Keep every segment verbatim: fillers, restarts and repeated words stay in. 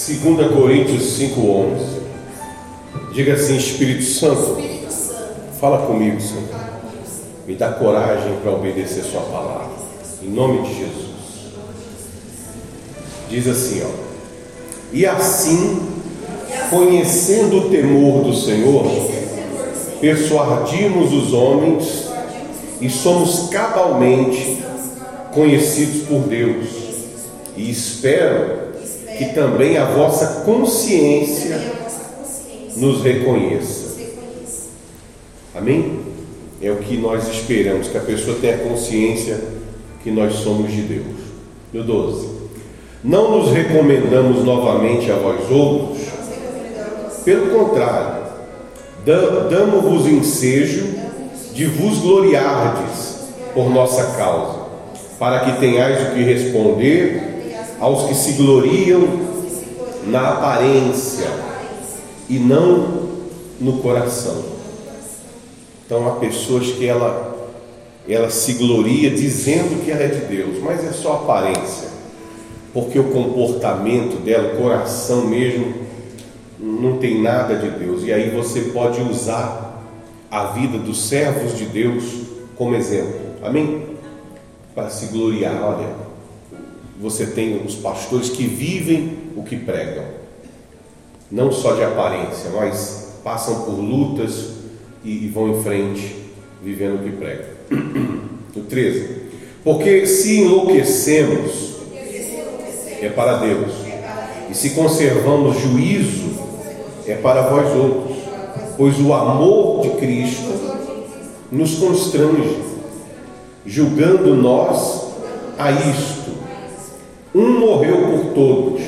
segunda Coríntios cinco, onze. Diga assim: Espírito Santo, fala comigo, Senhor. Me dá coragem para obedecer sua palavra, em nome de Jesus. Diz assim, ó: e assim, conhecendo o temor do Senhor, persuadimos os homens e somos cabalmente conhecidos por Deus, e espero que também a vossa consciência nos reconheça. Amém? É o que nós esperamos, que a pessoa tenha consciência que nós somos de Deus. No doze. Não nos recomendamos novamente a vós outros, pelo contrário, damos-vos ensejo de vos gloriardes por nossa causa, para que tenhais o que responder aos que se gloriam na aparência e não no coração. Então há pessoas que ela, ela se gloria dizendo que ela é de Deus, mas é só aparência, porque o comportamento dela, o coração mesmo, não tem nada de Deus. E aí você pode usar a vida dos servos de Deus como exemplo, amém? Para se gloriar. Olha, você tem os pastores que vivem o que pregam, não só de aparência, mas passam por lutas e, e vão em frente vivendo o que pregam. O treze. Porque se enlouquecemos, é para Deus, e se conservamos juízo, é para vós outros, pois o amor de Cristo nos constrange, julgando nós a isto: um morreu por todos,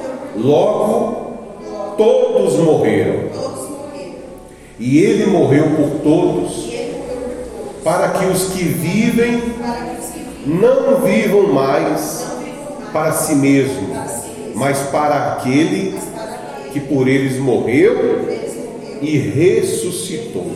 logo todos morreram, e ele morreu por todos, para que os que vivem não vivam mais para si mesmo, mas para aquele que por eles morreu e ressuscitou.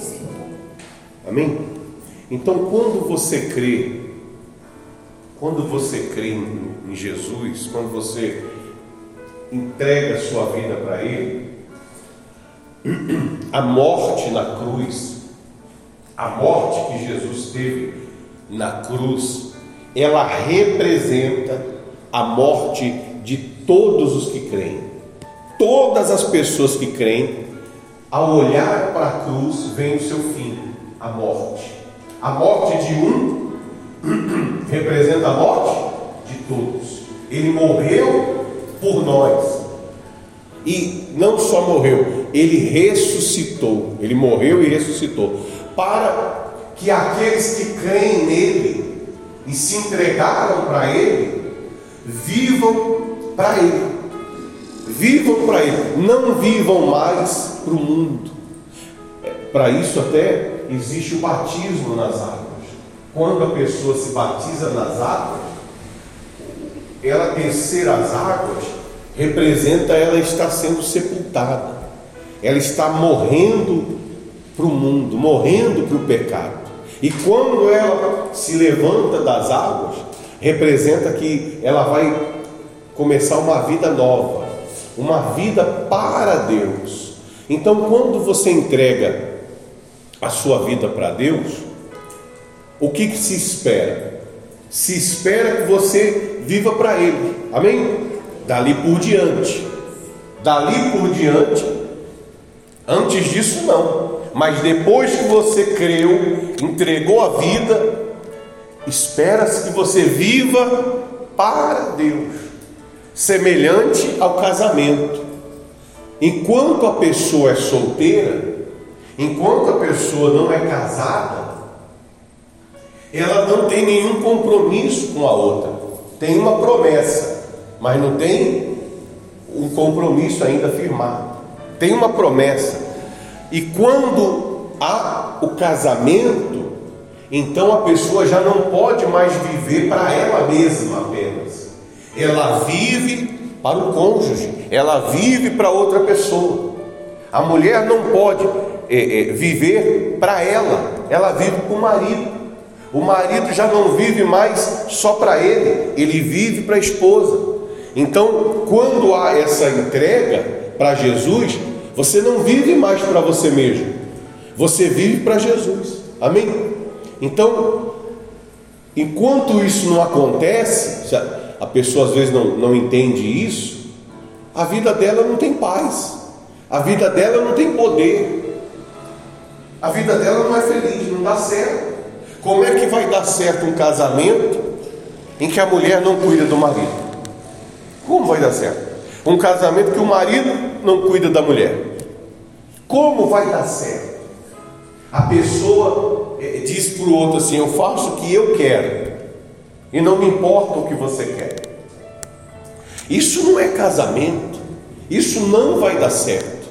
Amém? Então, quando você crê, quando você crê em, em Jesus, quando você entrega a sua vida para Ele, a morte na cruz, a morte que Jesus teve na cruz, ela representa a morte de todos os que creem. Todas as pessoas que creem, ao olhar para a cruz, vem o seu fim, a morte. A morte de um representa a morte de todos. Ele morreu por nós. E não só morreu, ele ressuscitou. Ele morreu e ressuscitou, para que aqueles que creem nele e se entregaram para ele, vivam para ele. Vivam para Ele, não vivam mais para o mundo. Para isso até existe o batismo nas águas. Quando a pessoa se batiza nas águas, ela descer as águas representa ela estar sendo sepultada. Ela está morrendo para o mundo, morrendo para o pecado. E quando ela se levanta das águas, representa que ela vai começar uma vida nova, uma vida para Deus. Então, quando você entrega a sua vida para Deus, o que, que se espera? Se espera que você viva para Ele, amém? Dali por diante, dali por diante, antes disso não, mas depois que você creu, entregou a vida, espera-se que você viva para Deus, semelhante ao casamento. Enquanto a pessoa é solteira, enquanto a pessoa não é casada, ela não tem nenhum compromisso com a outra. Tem uma promessa, mas não tem um compromisso ainda firmado. Tem uma promessa. E quando há o casamento, então a pessoa já não pode mais viver para ela mesma apenas. Ela vive para o cônjuge, ela vive para outra pessoa. A mulher não pode é, é, viver para ela, ela vive para o marido. O marido já não vive mais só para ele, ele vive para a esposa. Então, quando há essa entrega para Jesus, você não vive mais para você mesmo, você vive para Jesus. Amém? Então, enquanto isso não acontece, a pessoa às vezes não, não entende isso, a vida dela não tem paz, a vida dela não tem poder, a vida dela não é feliz, não dá certo. Como é que vai dar certo um casamento em que a mulher não cuida do marido? Como vai dar certo? Um casamento que o marido não cuida da mulher. Como vai dar certo? A pessoa diz para o outro assim: eu faço o que eu quero e não me importa o que você quer. Isso não é casamento. Isso não vai dar certo.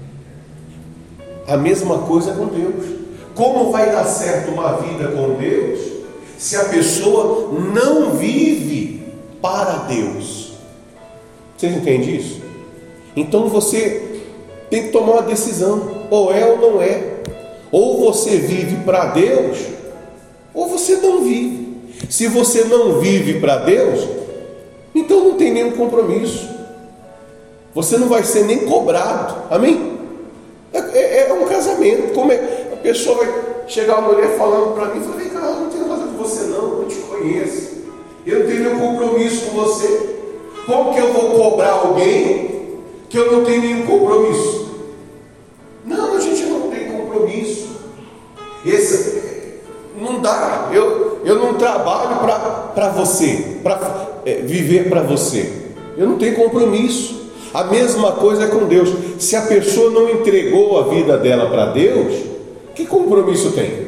A mesma coisa com Deus. Como vai dar certo uma vida com Deus se a pessoa não vive para Deus? Vocês entendem isso? Então você tem que tomar uma decisão, ou é ou não é. Ou você vive para Deus, ou você não vive. Se você não vive para Deus, então não tem nenhum compromisso. Você não vai ser nem cobrado. Amém? É, é, é um casamento. Como é? A pessoa vai chegar, uma mulher falando para mim, fala: vem cá, eu não tenho nada com você não, eu te conheço, eu não tenho nenhum compromisso com você. Como que eu vou cobrar alguém que eu não tenho nenhum compromisso? Não, a gente não tem compromisso. Esse não dá. Eu, eu não trabalho para você, para é, viver para você. Eu não tenho compromisso. A mesma coisa é com Deus. Se a pessoa não entregou a vida dela para Deus, que compromisso tem?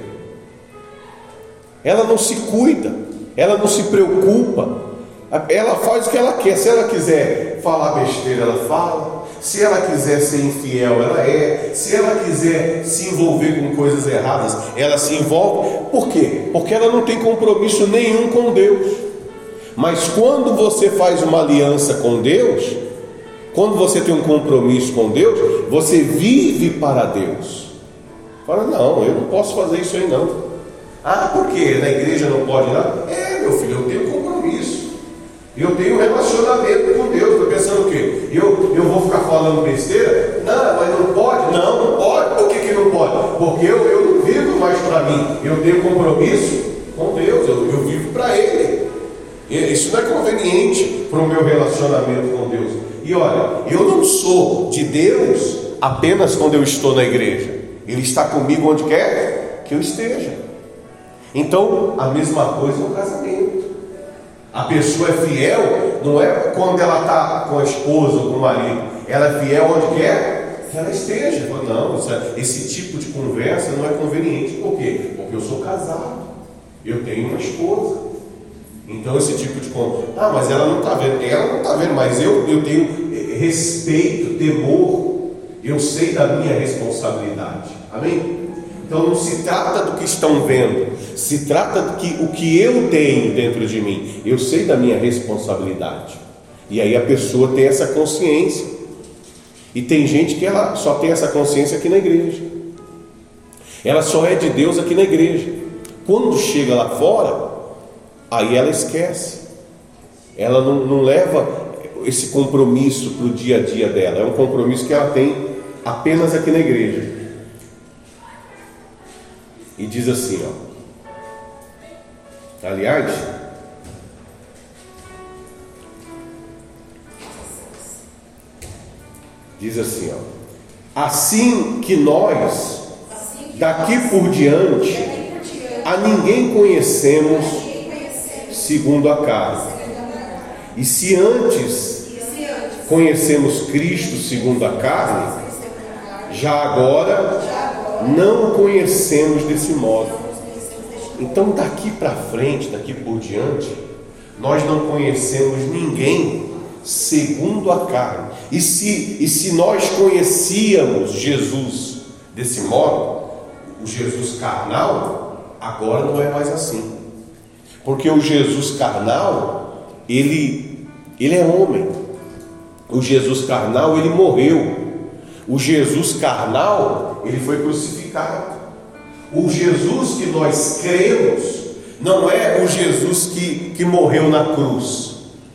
Ela não se cuida, ela não se preocupa, ela faz o que ela quer. Se ela quiser falar besteira, ela fala. Se ela quiser ser infiel, ela é. Se ela quiser se envolver com coisas erradas, ela se envolve. Por quê? Porque ela não tem compromisso nenhum com Deus. Mas quando você faz uma aliança com Deus, quando você tem um compromisso com Deus, você vive para Deus. Fala: não, eu não posso fazer isso aí não. Ah, por quê? Na igreja não pode não? É, meu filho, eu tenho compromisso. Eu tenho relacionamento com Deus. Estou pensando o quê? Eu, eu vou ficar falando besteira? Não, mas não pode? Não, não pode. Por que, que não pode? Porque eu, eu não vivo mais para mim. Eu tenho compromisso com Deus. Eu, eu vivo para Ele. Isso não é conveniente para o meu relacionamento com Deus. E olha, eu não sou de Deus apenas quando eu estou na igreja. Ele está comigo onde quer que eu esteja. Então, a mesma coisa no casamento. A pessoa é fiel, não é quando ela está com a esposa ou com o marido. Ela é fiel onde quer que ela esteja. Não, esse tipo de conversa não é conveniente. Por quê? Porque eu sou casado, eu tenho uma esposa. Então esse tipo de conversa, ah, mas ela não está vendo. Ela não está vendo, mas eu, eu tenho respeito, temor. Eu sei da minha responsabilidade. Amém? Então não se trata do que estão vendo, se trata do que o que eu tenho dentro de mim. Eu sei da minha responsabilidade. E aí a pessoa tem essa consciência. E tem gente que ela só tem essa consciência aqui na igreja. Ela só é de Deus aqui na igreja. Quando chega lá fora, aí ela esquece. Ela não, não leva esse compromisso para o dia a dia dela. É um compromisso que ela tem apenas aqui na igreja. E diz assim, ó. Aliás, diz assim, ó: assim que nós, daqui por diante, a ninguém conhecemos segundo a carne. E se antes conhecemos Cristo segundo a carne, já agora não o conhecemos desse modo. Então daqui para frente, daqui por diante, nós não conhecemos ninguém segundo a carne. E se, e se nós conhecíamos Jesus desse modo, o Jesus carnal, agora não é mais assim. Porque o Jesus carnal, ele, ele é homem. O Jesus carnal, ele morreu. O Jesus carnal, ele foi crucificado. O Jesus que nós cremos não é o Jesus que, que morreu na cruz.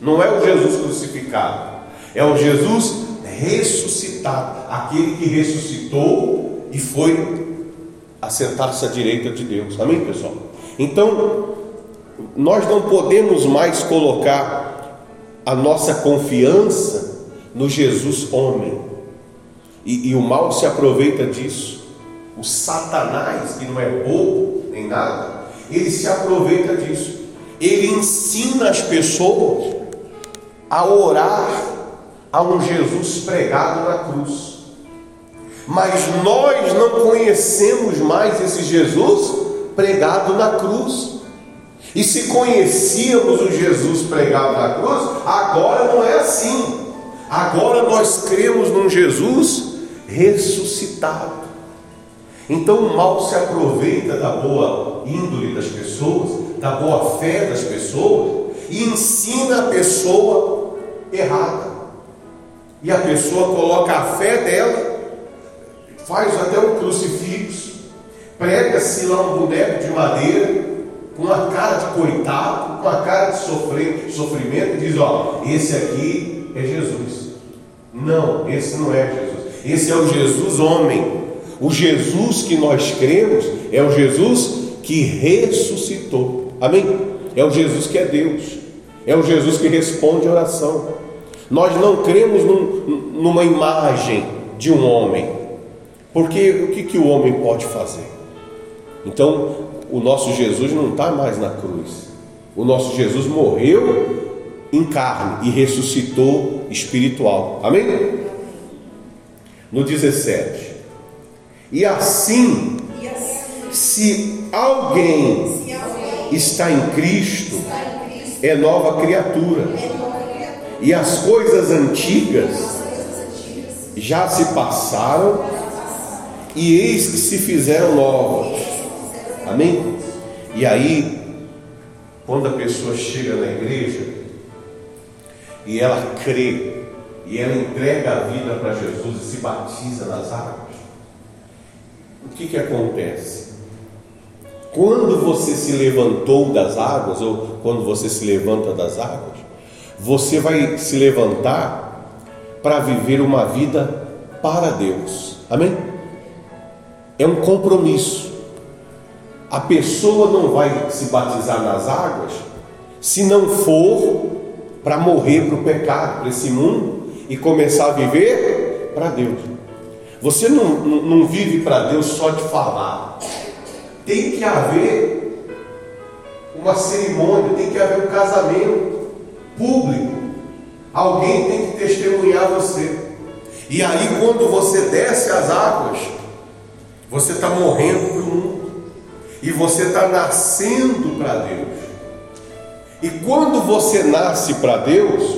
Não é o Jesus crucificado, é o Jesus ressuscitado, aquele que ressuscitou e foi assentar-se à direita de Deus. Amém, pessoal? Então, nós não podemos mais colocar a nossa confiança no Jesus homem, e, e o mal se aproveita disso. O Satanás, que não é bobo nem nada, ele se aproveita disso. Ele ensina as pessoas a orar a um Jesus pregado na cruz, mas nós não conhecemos mais esse Jesus pregado na cruz. E se conhecíamos o Jesus pregado na cruz, agora não é assim. Agora nós cremos num Jesus ressuscitado. Então o mal se aproveita da boa índole das pessoas, da boa fé das pessoas, e ensina a pessoa errada. E a pessoa coloca a fé dela, faz até um crucifixo, prega-se lá um boneco de madeira, com a cara de coitado, com a cara de sofrer, sofrimento, e diz: ó, esse aqui é Jesus. Não, esse não é Jesus. Esse é o Jesus homem. O Jesus que nós cremos é o Jesus que ressuscitou. Amém? É o Jesus que é Deus. É o Jesus que responde a oração. Nós não cremos num, numa imagem de um homem, porque o que, que o homem pode fazer? Então, o nosso Jesus não está mais na cruz. O nosso Jesus morreu em carne e ressuscitou espiritual. Amém? No dezessete. E assim, se alguém está em Cristo, é nova criatura. E as coisas antigas já se passaram, e eis que se fizeram novas. Amém? E aí, quando a pessoa chega na igreja e ela crê, e ela entrega a vida para Jesus e se batiza nas águas, o que que acontece? Quando você se levantou das águas, ou quando você se levanta das águas, você vai se levantar para viver uma vida para Deus. Amém? É um compromisso. A pessoa não vai se batizar nas águas se não for para morrer para o pecado, para esse mundo, e começar a viver para Deus. Você não, não, não vive para Deus só de falar. Tem que haver uma cerimônia, tem que haver um casamento público. Alguém tem que testemunhar você. E aí, quando você desce as águas, você está morrendo para o mundo, e você está nascendo para Deus. E quando você nasce para Deus,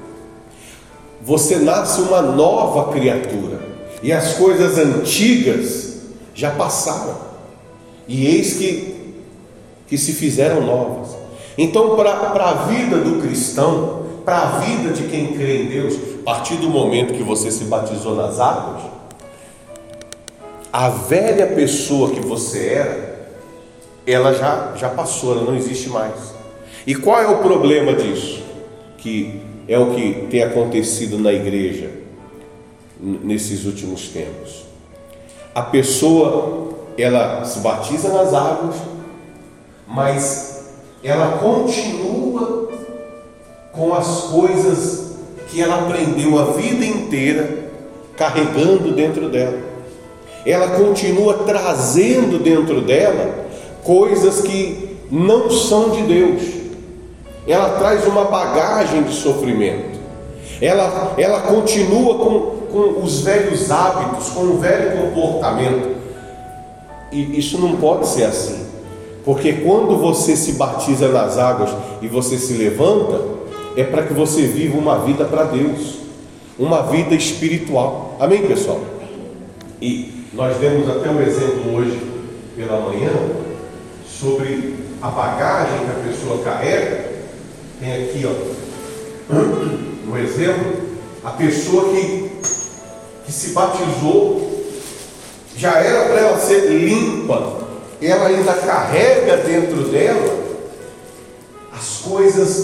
você nasce uma nova criatura, e as coisas antigas já passaram, e eis que, que se fizeram novas. Então, para a vida do cristão, para a vida de quem crê em Deus, a partir do momento que você se batizou nas águas, a velha pessoa que você era, ela já, já passou, ela não existe mais. E qual é o problema disso? Que é o que tem acontecido na igreja nesses últimos tempos. A pessoa, ela se batiza nas águas, mas ela continua com as coisas que ela aprendeu a vida inteira carregando dentro dela. Ela continua trazendo dentro dela coisas que não são de Deus. Ela traz uma bagagem de sofrimento. Ela, ela continua com, com os velhos hábitos, com o velho comportamento. E isso não pode ser assim. Porque quando você se batiza nas águas e você se levanta, é para que você viva uma vida para Deus, uma vida espiritual. Amém, pessoal? E nós demos até um exemplo hoje pela manhã sobre a bagagem que a pessoa carrega. Tem aqui, ó, um exemplo, a pessoa que, que se batizou, já era para ela ser limpa, ela ainda carrega dentro dela as coisas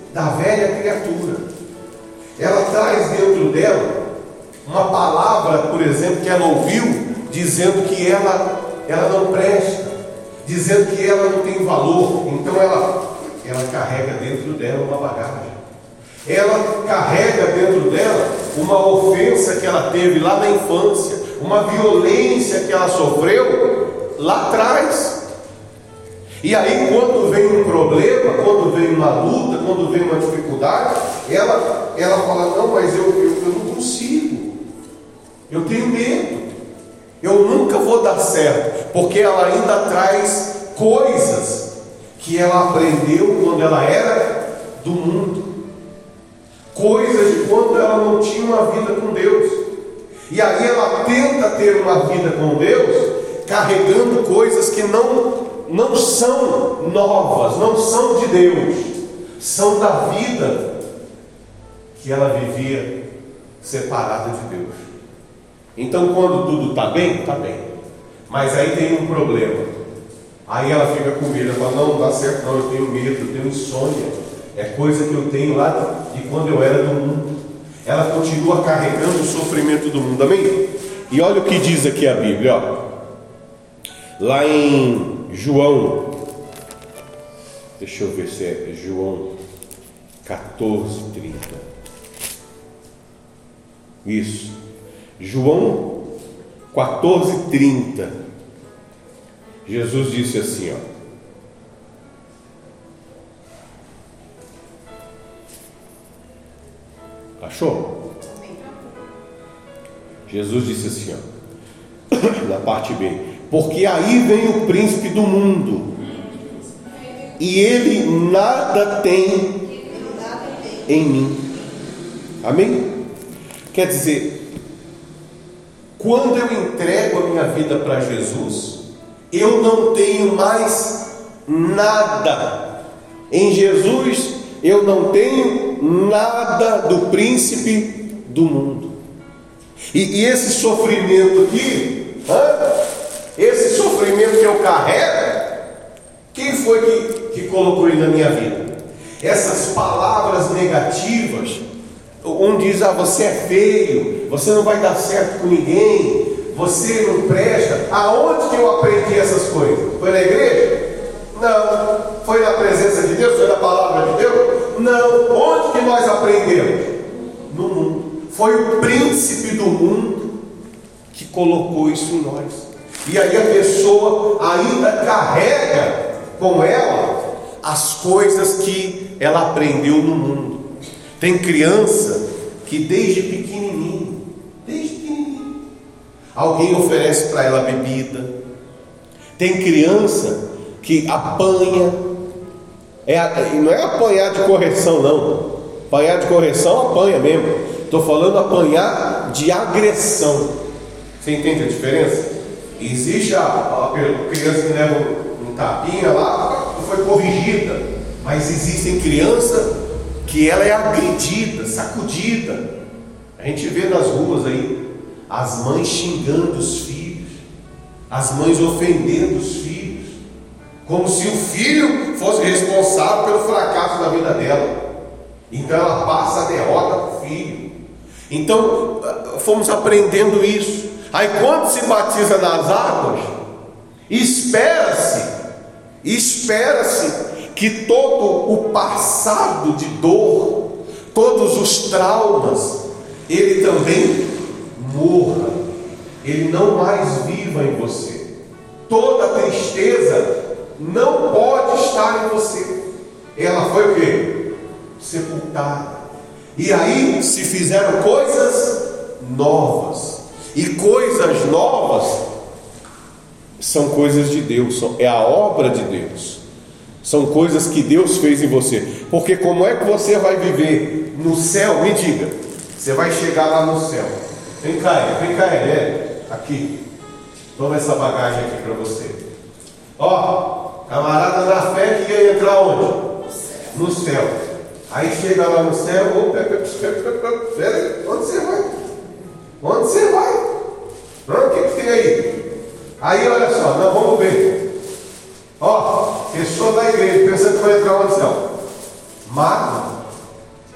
da velha criatura. Ela traz dentro dela uma palavra, por exemplo, que ela ouviu, dizendo que ela, ela não presta, dizendo que ela não tem valor. Então ela, ela carrega dentro dela uma bagagem. Ela carrega dentro dela uma ofensa que ela teve lá na infância, uma violência que ela sofreu lá atrás. E aí, quando vem um problema, quando vem uma luta, quando vem uma dificuldade, ela, ela fala: não, mas eu, eu, eu não consigo, eu tenho medo, eu nunca vou dar certo, porque ela ainda traz coisas que ela aprendeu quando ela era do mundo, coisas de quando ela não tinha uma vida com Deus. E aí ela tenta ter uma vida com Deus, carregando coisas que não não são novas, não são de Deus, são da vida que ela vivia separada de Deus. Então, quando tudo está bem, está bem, mas aí tem um problema, aí ela fica com medo, ela fala: não, não dá certo não, eu tenho medo, eu tenho insônia, é coisa que eu tenho lá de quando eu era do mundo. Ela continua carregando o sofrimento do mundo, amém? E olha o que diz aqui a Bíblia, ó. Lá em João, deixa eu ver se é João quatorze, trinta. Isso, João quatorze, trinta. Jesus disse assim, ó. Achou? Jesus disse assim, ó, na parte B: porque aí vem o príncipe do mundo, e ele nada tem em mim. Amém? Quer dizer, quando eu entrego a minha vida para Jesus, eu não tenho mais nada. Em Jesus eu não tenho nada do príncipe do mundo. E, e esse sofrimento aqui, hã? Esse sofrimento que eu carrego, quem foi que, que colocou ele na minha vida? Essas palavras negativas, um diz: ah, você é feio, você não vai dar certo com ninguém, você não presta. Aonde que eu aprendi essas coisas? Foi na igreja? Não. Foi na presença de Deus? Foi na palavra de Deus? Não. Onde que nós aprendemos? No mundo. Foi o príncipe do mundo que colocou isso em nós. E aí a pessoa ainda carrega com ela as coisas que ela aprendeu no mundo. Tem criança que desde pequenininho, desde pequenininho, alguém oferece para ela bebida. Tem criança que apanha, é, não é apanhar de correção não, apanhar de correção apanha mesmo, estou falando apanhar de agressão. Você entende a diferença? Existe a, a, a criança que leva um, um tapinha lá, foi corrigida, mas existem crianças que ela é agredida, sacudida. A gente vê nas ruas aí as mães xingando os filhos, as mães ofendendo os filhos, como se o filho fosse responsável pelo fracasso da vida dela. Então ela passa a derrota para o filho. Então fomos aprendendo isso. Aí quando se batiza nas águas, espera-se, espera-se que todo o passado de dor, todos os traumas, ele também morra, ele não mais viva em você. Toda tristeza não pode estar em você. Ela foi o quê? Sepultada. E aí se fizeram coisas novas. E coisas novas são coisas de Deus, é a obra de Deus, são coisas que Deus fez em você. Porque como é que você vai viver no céu? Me diga, você vai chegar lá no céu. Vem cá, vem cá, é, aqui, toma essa bagagem aqui para você. Ó, camarada da fé que ia entrar onde? No céu. Aí chega lá no céu, opa, pera, onde você vai? Onde você vai? O que, que tem aí? Aí olha só, nós vamos ver. Ó, pessoa da igreja pensando que vai entrar onde céu? Mago.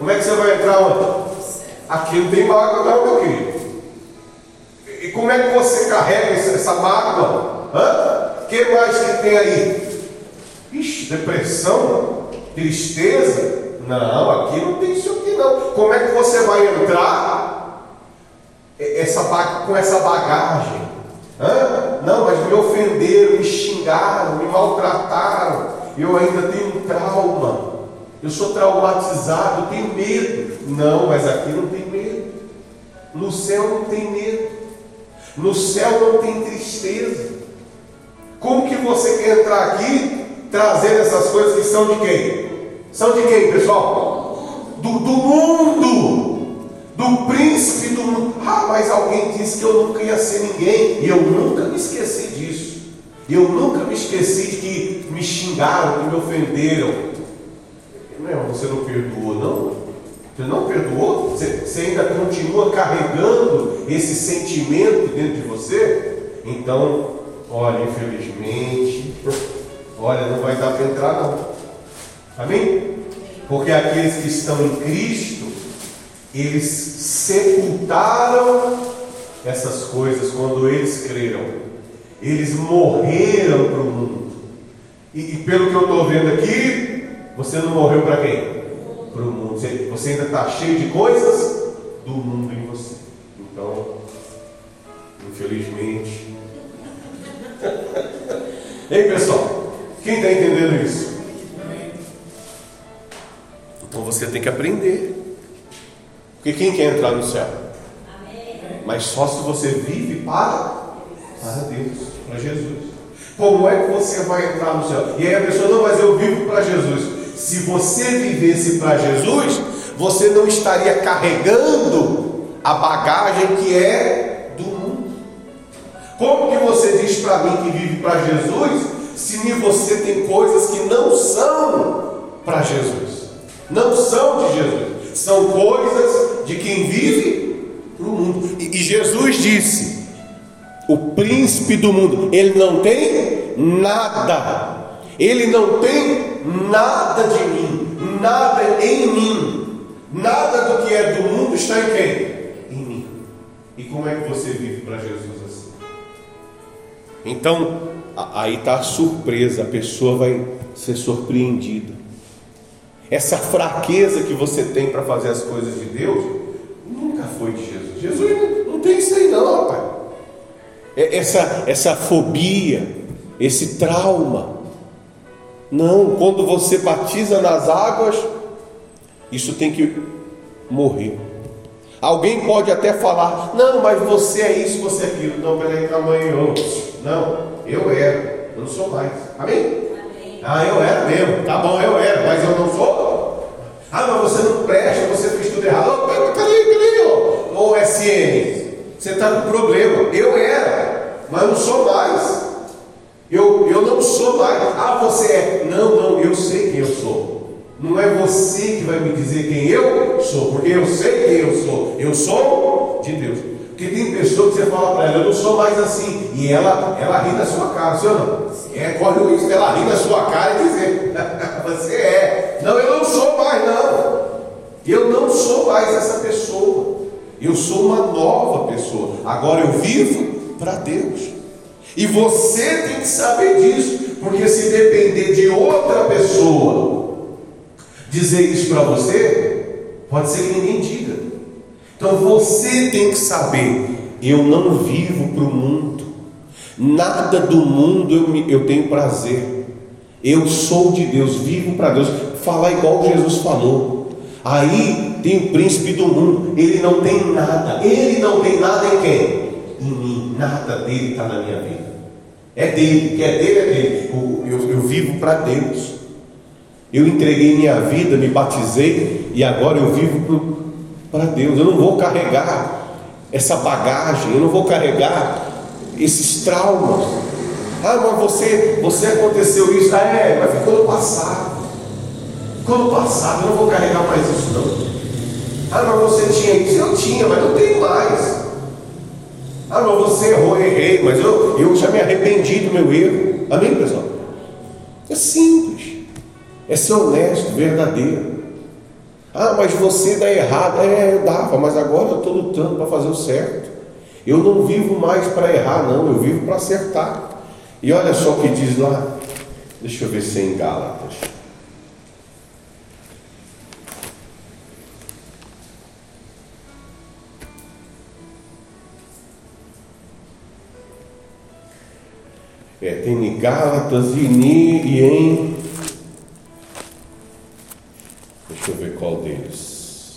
Como é que você vai entrar onde? Aqui não tem mágoa não, meu querido. E como é que você carrega essa mágoa? O que mais que tem aí? Ixi, depressão? Tristeza? Não, aqui não tem isso aqui não. Como é que você vai entrar essa, com essa bagagem? Hã? Não, mas me ofenderam, me xingaram, me maltrataram. Eu ainda tenho um trauma. Eu sou traumatizado, eu tenho medo. Não, mas aqui não tem medo. No céu não tem medo. No céu não tem tristeza. Como que você quer entrar aqui trazendo essas coisas que são de quem? São de quem, pessoal? Do, do mundo. Do príncipe do mundo. Ah, mas alguém disse que eu nunca ia ser ninguém. E eu nunca me esqueci disso. Eu nunca me esqueci de que me xingaram, que me ofenderam. Não, você não perdoou, não? Você não perdoou? Você, você ainda continua carregando esse sentimento dentro de você? Então, olha, infelizmente, olha, não vai dar para entrar não. Amém? Porque aqueles que estão em Cristo, eles sepultaram essas coisas quando eles creram. Eles morreram para o mundo. E, e pelo que eu estou vendo aqui, você não morreu para quem? Para o mundo. Você, você ainda está cheio de coisas do mundo em você. Então, infelizmente. Ei, pessoal, quem está entendendo isso? Então você tem que aprender. Porque quem quer entrar no céu? Mas só se você vive para, para Deus, para Jesus. Como é que você vai entrar no céu? E aí a pessoa, não, mas eu vivo para Jesus. Se você vivesse para Jesus, você não estaria carregando a bagagem que é do mundo. Como que você diz para mim que vive para Jesus, se em você tem coisas que não são para Jesus? Não são de Jesus. São coisas de quem vive para o mundo. E, e Jesus disse, o príncipe do mundo, ele não tem nada. Ele não tem nada de mim, nada em mim. Nada do que é do mundo está em quem? Em mim. E como é que você vive para Jesus assim? Então, aí está a surpresa, a pessoa vai ser surpreendida. Essa fraqueza que você tem para fazer as coisas de Deus, nunca foi de Jesus. Jesus não tem isso aí não, rapaz. Essa, essa fobia, esse trauma. Não, quando você batiza nas águas, isso tem que morrer. Alguém pode até falar, não, mas você é isso, você é aquilo. Não, peraí, calma aí, eu. Não, eu era, eu não sou mais. Amém? Amém? Ah, eu era mesmo, tá bom, eu era, mas eu não sou. Ah, mas você não presta, você fez tudo errado. Oh, peraí, peraí, peraí, ô, ô S N, você está com problema. Eu era, mas eu não sou mais. Eu, eu não sou mais. Ah, você é. Não, não, eu sei quem eu sou. Não é você que vai me dizer quem eu sou, porque eu sei quem eu sou. Eu sou de Deus. Porque tem pessoas que você fala para ela, eu não sou mais assim. E ela, ela ri na sua cara, senhor não? É, corre o risco dela rir na sua cara e dizer, você é. Não, eu não sou mais, não. Eu não sou mais essa pessoa. Eu sou uma nova pessoa. Agora eu vivo para Deus. E você tem que saber disso, porque se depender de outra pessoa dizer isso para você, pode ser que ninguém diga. Então você tem que saber, eu não vivo para o mundo, nada do mundo eu, me, eu tenho prazer, eu sou de Deus, vivo para Deus. Falar igual Jesus falou. Aí tem o príncipe do mundo, ele não tem nada, ele não tem nada em quem? Em mim, nada dele está na minha vida. É dele, que é dele, é dele. Eu, eu, eu vivo para Deus. Eu entreguei minha vida, me batizei e agora eu vivo para Deus. Eu não vou carregar essa bagagem, eu não vou carregar esses traumas. Ah, mas você, você aconteceu isso. Ah, é, mas ficou no passado. Ficou no passado, eu não vou carregar mais isso não. Ah, mas você tinha isso. Eu tinha, mas não tenho mais. Ah, mas você errou, errei, mas eu, eu já me arrependi do meu erro. Amém, pessoal? É simples. É ser honesto, verdadeiro. Ah, mas você dá errado. É, eu dava, mas agora eu estou lutando para fazer o certo. Eu não vivo mais para errar, não, eu vivo para acertar. E olha só o que diz lá, deixa eu ver se é em Gálatas. É, tem em Gálatas e em. Deixa eu ver qual deles.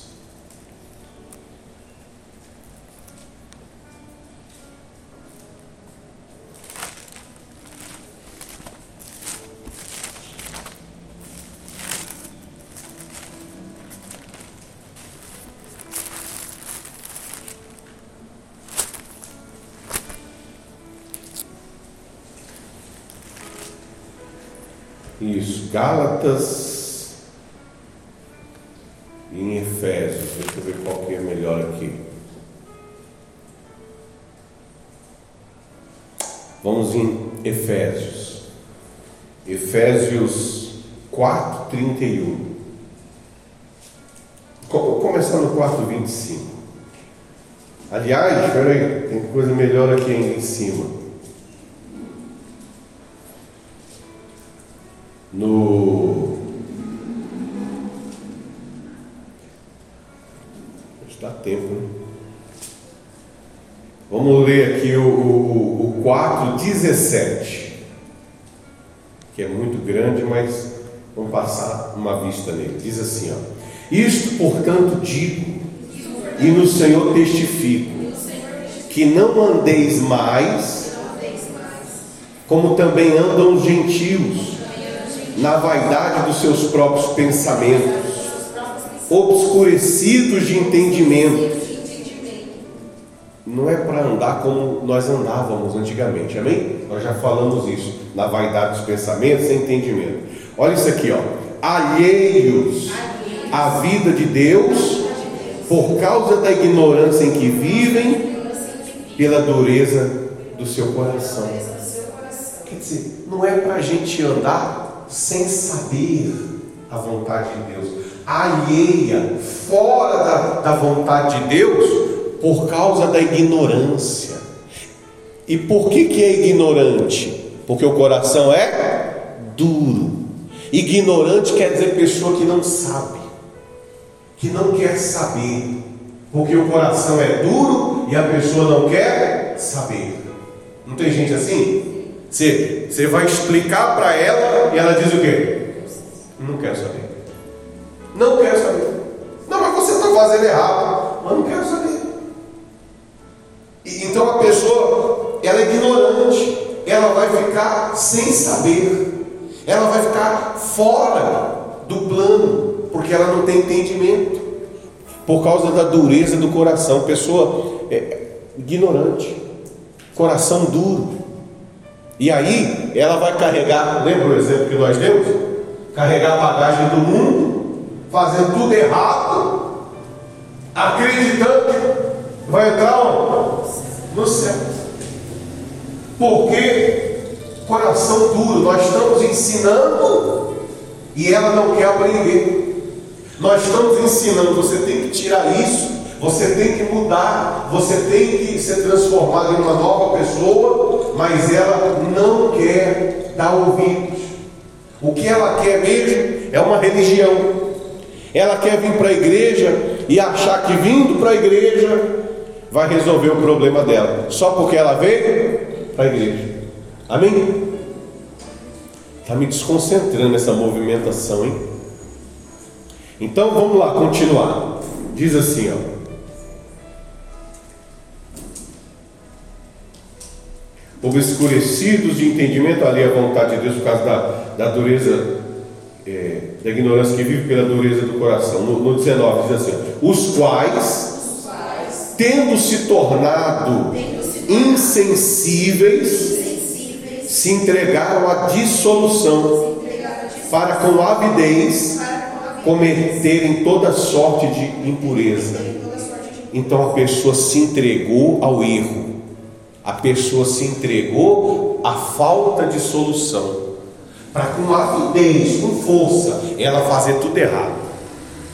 Isso, Gálatas e em Efésios. Deixa eu ver qual que é melhor aqui. Vamos em Efésios. Efésios quatro, trinta e um. Vou começar no quatro, vinte e cinco. Aliás, espera aí, tem coisa melhor aqui em cima. No está tempo, né? Vamos ler aqui o, o, o quatro, dezessete, que é muito grande, mas vamos passar uma vista nele. Diz assim, ó: isto, portanto, digo, e no Senhor testifico, que não andeis mais como também andam os gentios, na vaidade dos seus próprios pensamentos, obscurecidos de entendimento. Não é para andar como nós andávamos antigamente, amém? Nós já falamos isso, na vaidade dos pensamentos, sem entendimento. Olha isso aqui, ó: alheios à vida de Deus, por causa da ignorância em que vivem, pela dureza do seu coração. Quer dizer, não é para a gente andar sem saber a vontade de Deus, alheia, fora da, da vontade de Deus, por causa da ignorância. E por que que é ignorante? Porque o coração é duro. Ignorante quer dizer pessoa que não sabe, que não quer saber, porque o coração é duro e a pessoa não quer saber. Não tem gente assim? Você, você vai explicar para ela e ela diz o quê? Não quero saber. Não quero saber. Não, mas você está fazendo errado. Mas não quero saber. E, então a pessoa, ela é ignorante. Ela vai ficar sem saber. Ela vai ficar fora do plano, porque ela não tem entendimento, por causa da dureza do coração. Pessoa é, ignorante, coração duro. E aí ela vai carregar, lembra o exemplo que nós demos? Carregar a bagagem do mundo, fazendo tudo errado, acreditando que vai entrar onde? No céu. Porque coração duro, nós estamos ensinando e ela não quer aprender. Nós estamos ensinando, você tem que tirar isso, você tem que mudar, você tem que ser transformado em uma nova pessoa, mas ela não quer dar ouvidos. O que ela quer mesmo é uma religião. Ela quer vir para a igreja e achar que vindo para a igreja vai resolver o problema dela, só porque ela veio para a igreja. Amém? Está me desconcentrando essa movimentação, hein? Então vamos lá, continuar. Diz assim, ó: obscurecidos de entendimento, ali a vontade de Deus, por causa da, da dureza, é, da ignorância que vive pela dureza do coração. No, no dezenove diz assim: os quais, os quais tendo se tornado, tendo se tornado insensíveis, insensíveis, se entregaram à dissolução, para com avidez cometerem toda sorte de impureza. Então a pessoa se entregou ao erro. A pessoa se entregou à falta de solução, para com avidez, com força, ela fazer tudo errado.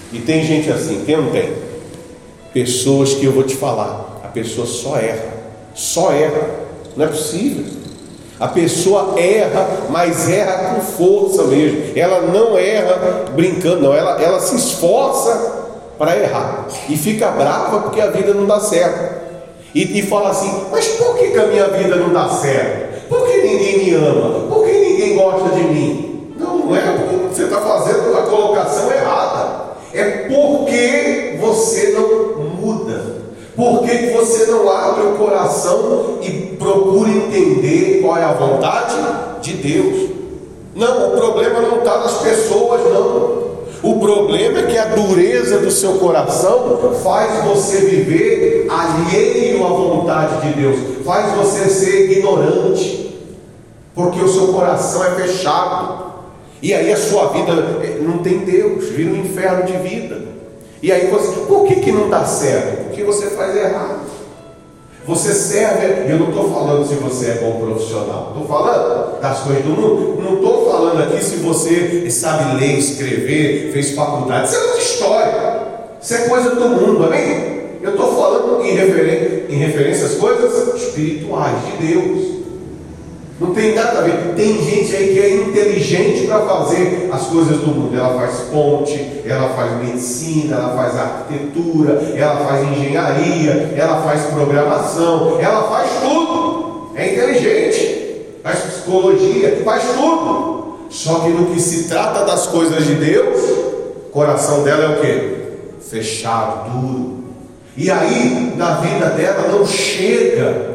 E tem gente assim, tem ou não tem? Pessoas que eu vou te falar, a pessoa só erra, só erra, não é possível. A pessoa erra, mas erra com força mesmo. Ela não erra brincando, não, ela, ela se esforça para errar e fica brava porque a vida não dá certo. E, e fala assim: mas por que, que a minha vida não dá certo? Por que ninguém me ama? Por que ninguém gosta de mim? Não, não é porque você está fazendo a colocação errada. É porque você não muda. Porque você não abre o coração e procura entender qual é a vontade de Deus. Não, o problema não está nas pessoas, não. O problema é que a dureza do seu coração faz você viver alheio à vontade de Deus, faz você ser ignorante, porque o seu coração é fechado, e aí a sua vida não tem Deus, vira um inferno de vida. E aí você, por que que não dá certo? Porque você faz errado. Você serve, eu não estou falando se você é bom profissional, estou falando das coisas do mundo, não estou falando aqui se você sabe ler, escrever, fez faculdade, isso é outra história, isso é coisa do mundo, amém? Eu estou falando em, referen- em referência às coisas espirituais de Deus. Não tem nada a ver. Tem gente aí que é inteligente para fazer as coisas do mundo. Ela faz ponte, ela faz medicina, ela faz arquitetura, ela faz engenharia, ela faz programação, ela faz tudo. É inteligente, faz psicologia, faz tudo. Só que no que se trata das coisas de Deus, o coração dela é o quê? Fechado, duro. E aí, na vida dela não chega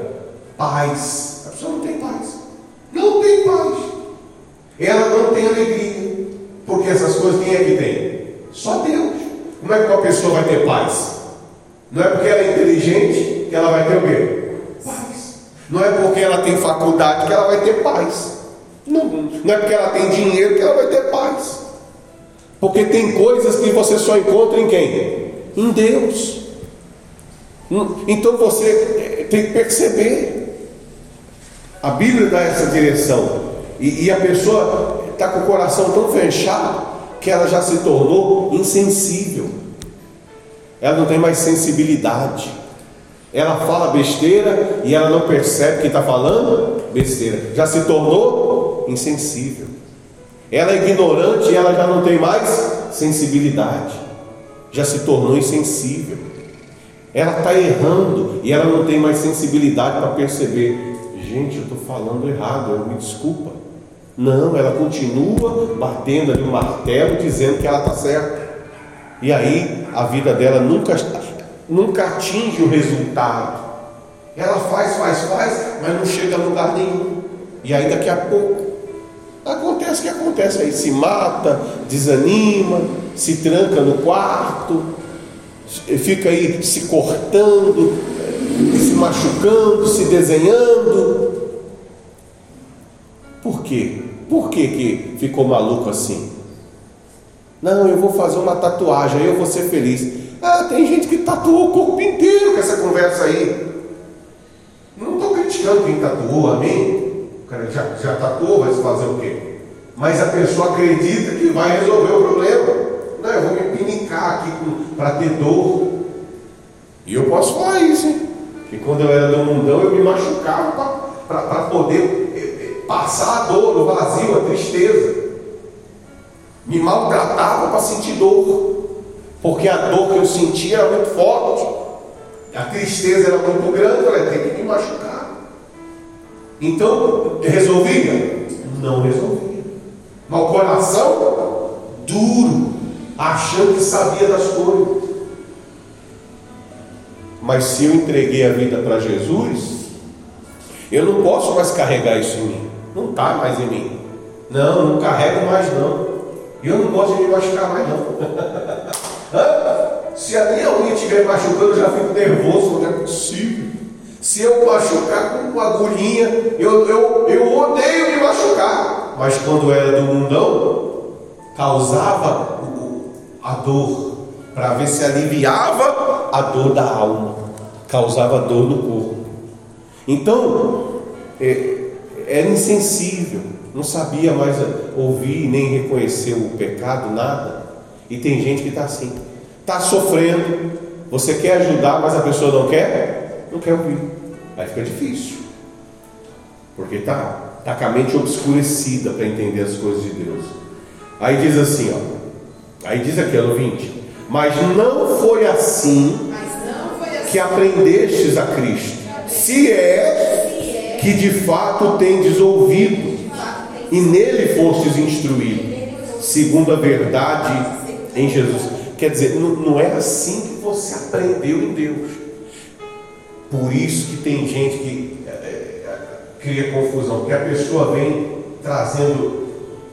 paz. A pessoa não tem paz. Não tem paz. Ela não tem alegria. Porque essas coisas quem é que tem? Só Deus. Como é que uma pessoa vai ter paz? Não é porque ela é inteligente que ela vai ter o quê? Paz. Não é porque ela tem faculdade que ela vai ter paz. Não, não é porque ela tem dinheiro que ela vai ter paz. Porque tem coisas que você só encontra em quem? Em Deus. Então você tem que perceber. A Bíblia dá essa direção. E, e a pessoa está com o coração tão fechado que ela já se tornou insensível. Ela não tem mais sensibilidade. Ela fala besteira e ela não percebe que está falando besteira. Já se tornou insensível. Ela é ignorante e ela já não tem mais sensibilidade. Já se tornou insensível. Ela está errando e ela não tem mais sensibilidade para perceber. Gente, eu estou falando errado, me desculpa. Não, ela continua batendo ali o martelo, dizendo que ela está certa. E aí a vida dela nunca, nunca atinge o resultado. Ela faz, faz, faz, mas não chega a lugar nenhum. E aí daqui a pouco acontece o que acontece. Aí se mata, desanima, se tranca no quarto, fica aí se cortando, se machucando, se desenhando. Por quê? Por que que ficou maluco assim? Não, eu vou fazer uma tatuagem, aí eu vou ser feliz. Ah, tem gente que tatuou o corpo inteiro com essa conversa aí. Não estou criticando quem tatuou, amém? O cara já, já tatuou, vai fazer o quê? Mas a pessoa acredita que vai resolver o problema. Não, eu vou me pinicar aqui para ter dor. E eu posso falar isso, hein? Que quando eu era do mundão eu me machucava para poder passar a dor, o vazio, a tristeza. Me maltratava para sentir dor, porque a dor que eu sentia era muito forte, a tristeza era muito grande. Eu falei, tem que me machucar. Então, resolvia? Não resolvia. Mas o coração duro, achando que sabia das coisas. Mas se eu entreguei a vida para Jesus, eu não posso mais carregar isso em mim. Não está mais em mim. Não, não carrego mais não. Eu não gosto de me machucar mais não. Se a minha unha estiver machucando, eu já fico nervoso, não é possível. Se eu machucar com uma agulhinha, eu, eu, eu odeio me machucar. Mas quando era do mundão, causava a dor, para ver se aliviava a dor da alma, causava dor no corpo. Então, é, era insensível, não sabia mais ouvir nem reconhecer o pecado, nada. E tem gente que está assim, está sofrendo, você quer ajudar, mas a pessoa não quer, não quer ouvir. Aí fica difícil, porque está tá com a mente obscurecida para entender as coisas de Deus. Aí diz assim, ó, aí diz aqui no vinte: mas não foi assim que aprendestes a Cristo, se é que de fato tendes ouvido e nele fostes instruídos, segundo a verdade em Jesus. Quer dizer, não, não é assim que você aprendeu em Deus. Por isso que tem gente que é, é, cria confusão, porque a pessoa vem trazendo: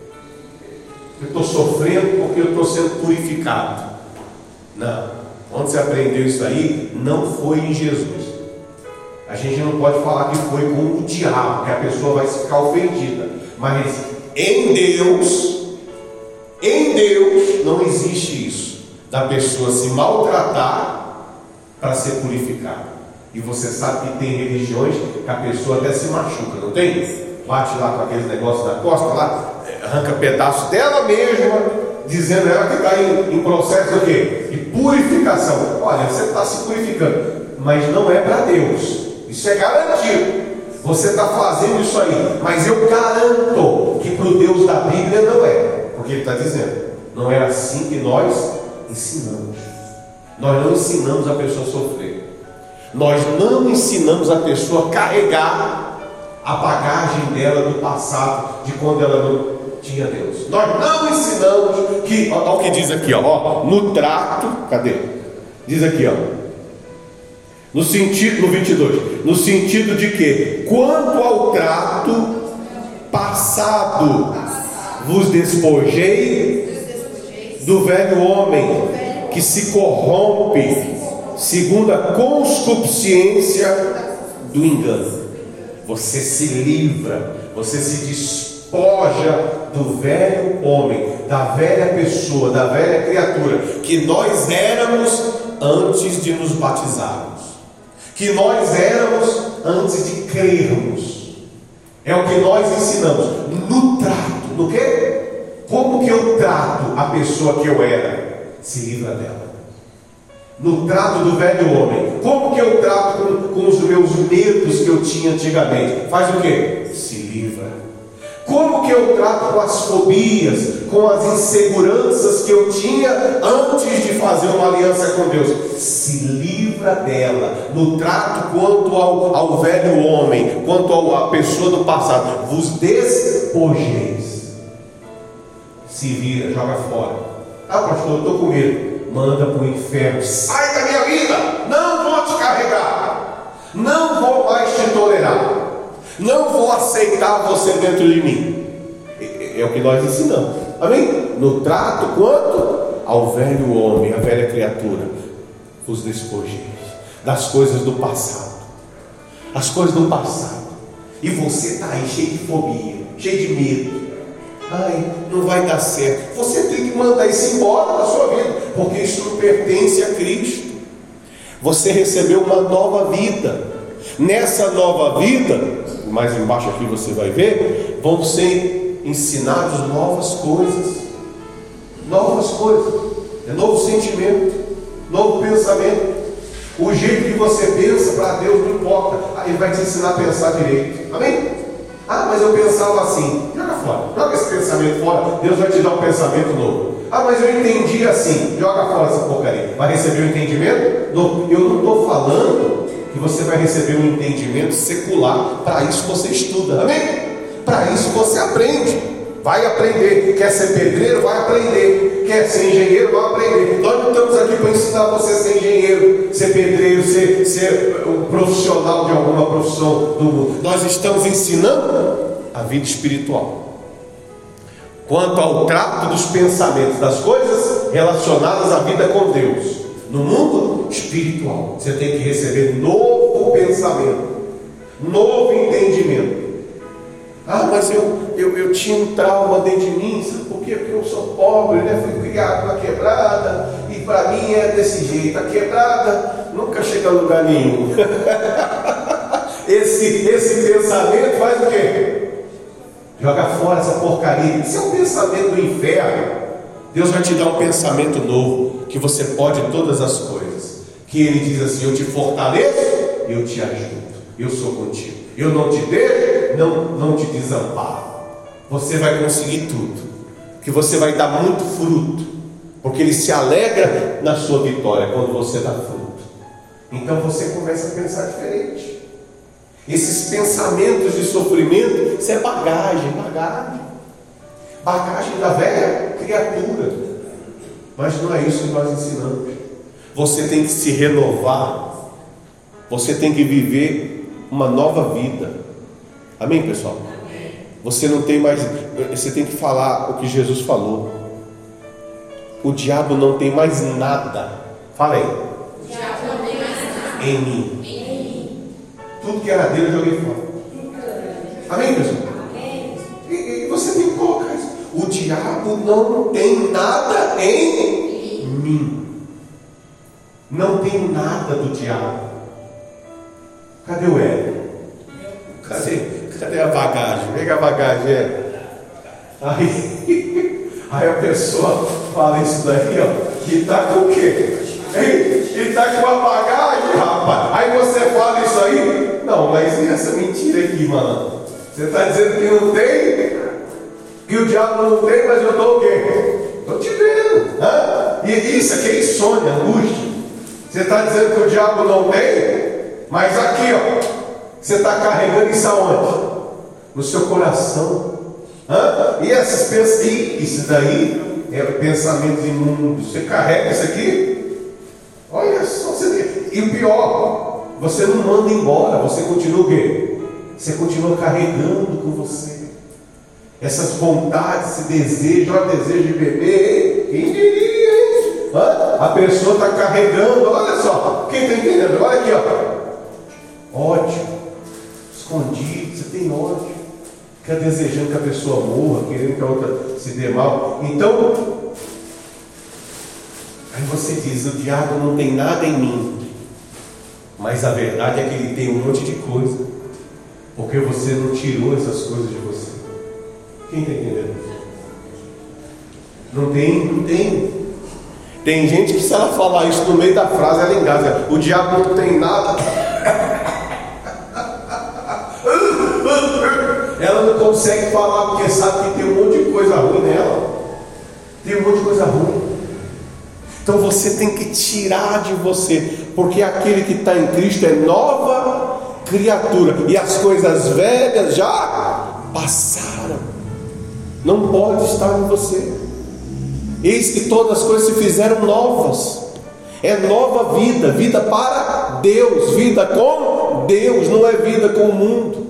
eu estou sofrendo porque eu estou sendo purificado. Não, onde você aprendeu isso aí não foi em Jesus. A gente não pode falar que foi com o diabo, que a pessoa vai ficar ofendida. Mas em Deus, em Deus não existe isso, da pessoa se maltratar para ser purificada. E você sabe que tem religiões que a pessoa até se machuca, não tem? Bate lá com aqueles negócios na costa, lá, arranca pedaço dela mesma, dizendo ela que está em, em processo de quê? De purificação. Olha, você está se purificando, mas não é para Deus. Isso é garantido. Você está fazendo isso aí, mas eu garanto que para o Deus da Bíblia não é. Porque ele está dizendo, não é assim que nós ensinamos. Nós não ensinamos a pessoa a sofrer. Nós não ensinamos a pessoa a carregar a bagagem dela do passado, de quando ela não tinha Deus. Nós não ensinamos que, olha o que diz aqui, ó, ó, no trato, cadê? Diz aqui, ó, no sentido, no vinte e dois, no sentido de que, quanto ao trato passado, vos despojei do velho homem que se corrompe segundo a conscupiscência do engano. Você se livra, você se despoja do velho homem, da velha pessoa, da velha criatura que nós éramos antes de nos batizarmos, que nós éramos antes de crermos. É o que nós ensinamos no trato. No quê? Como que eu trato a pessoa que eu era? Se livra dela. No trato do velho homem, como que eu trato com, com os meus medos que eu tinha antigamente? Faz o quê? Se livra. Como que eu trato com as fobias, com as inseguranças que eu tinha antes de fazer uma aliança com Deus? Se livra dela. No trato quanto ao, ao velho homem, quanto à pessoa do passado, vos despojeis. Se vira, joga fora. Ah, pastor, eu estou com medo. Manda para o inferno, sai da minha vida, não vou te carregar, não vou mais te tolerar, não vou aceitar você dentro de mim. É, é o que nós ensinamos, amém? No trato quanto ao velho homem, a velha criatura, os despojeios das coisas do passado, as coisas do passado, e você está aí cheio de fobia, cheio de medo. Ai, não vai dar certo. Você tem que mandar isso embora da sua vida, porque isso não pertence a Cristo. Você recebeu uma nova vida. Nessa nova vida, mais embaixo aqui você vai ver, vão ser ensinados novas coisas. Novas coisas. É novo sentimento, novo pensamento. O jeito que você pensa para Deus não importa. Aí Ele vai te ensinar a pensar direito. Amém? Ah, mas eu pensava assim. Joga fora, joga esse pensamento fora. Deus vai te dar um pensamento novo. Ah, mas eu entendi assim. Joga fora essa porcaria. Vai receber um entendimento novo. Eu não estou falando que você vai receber um entendimento secular. Para isso você estuda, amém? Para isso você aprende. Vai aprender. Quer ser pedreiro? Vai aprender. Quer ser engenheiro? Vai aprender. Nós não estamos aqui para ensinar você a ser engenheiro, ser pedreiro, ser, ser um profissional de alguma profissão do mundo. Nós estamos ensinando a vida espiritual. Quanto ao trato dos pensamentos, das coisas relacionadas à vida com Deus, no mundo espiritual, você tem que receber novo pensamento, novo entendimento. Ah, mas eu, eu, eu tinha um trauma dentro de mim, sabe por quê? Porque eu sou pobre, né? Fui criado na quebrada, e para mim é desse jeito. A quebrada nunca chega a lugar nenhum. esse, esse pensamento faz o quê? Joga fora essa porcaria. Isso é um pensamento do inferno. Deus vai te dar um pensamento novo, que você pode todas as coisas. Que Ele diz assim: eu te fortaleço, eu te ajudo, eu sou contigo, eu não te deixo, não, não te desamparo. Você vai conseguir tudo, que você vai dar muito fruto, porque Ele se alegra na sua vitória quando você dá fruto. Então você começa a pensar diferente. Esses pensamentos de sofrimento, isso é bagagem, bagagem bagagem da velha criatura. Mas não é isso que nós ensinamos. Você tem que se renovar, você tem que viver uma nova vida. Amém, pessoal? Amém. Você não tem mais, você tem que falar o que Jesus falou. O diabo não tem mais nada. Fala aí. O diabo não tem mais nada em mim. Em mim. Tudo que era dele eu joguei fora. Amém, pessoal? Amém. E, e você tem que colocar isso. O diabo não tem nada em mim. Não tenho nada do diabo. Cadê o Hélio? Cadê, cadê a bagagem? Pega a bagagem, é. Aí, aí a pessoa fala isso daí, ó. Que está com o quê? Ele está com a bagagem, rapaz. Aí você fala isso aí. Não, mas e essa mentira aqui, mano? Você está dizendo que não tem? Que o diabo não tem, mas eu estou o quê? Estou te vendo. Hã? E isso aqui é insônia, angústia. Você está dizendo que o diabo não tem, mas aqui, ó, você está carregando isso aonde? No seu coração. Hã? E essas pensas, isso daí é pensamento imundo. Você carrega isso aqui, olha só, você... e o pior, você não manda embora, você continua o quê? Você continua carregando com você essas vontades, esse desejo, olha, desejo de beber, quem diria, hein? Hã? A pessoa está carregando, olha só, quem está entendendo? Olha aqui, ó, ódio, escondido, você tem ódio, fica desejando que a pessoa morra, querendo que a outra se dê mal. Então, aí você diz: o diabo não tem nada em mim, mas a verdade é que ele tem um monte de coisa, porque você não tirou essas coisas de você. Quem está entendendo? Não tem, não tem. Tem gente que, se ela falar isso no meio da frase, ela engasga. O diabo não tem nada. Ela não consegue falar porque sabe que tem um monte de coisa ruim nela. Tem um monte de coisa ruim. Então você tem que tirar de você, porque aquele que está em Cristo é nova criatura, e as coisas velhas já passaram. Não pode estar em você. Eis que todas as coisas se fizeram novas. É nova vida, vida para Deus, vida com Deus, não é vida com o mundo.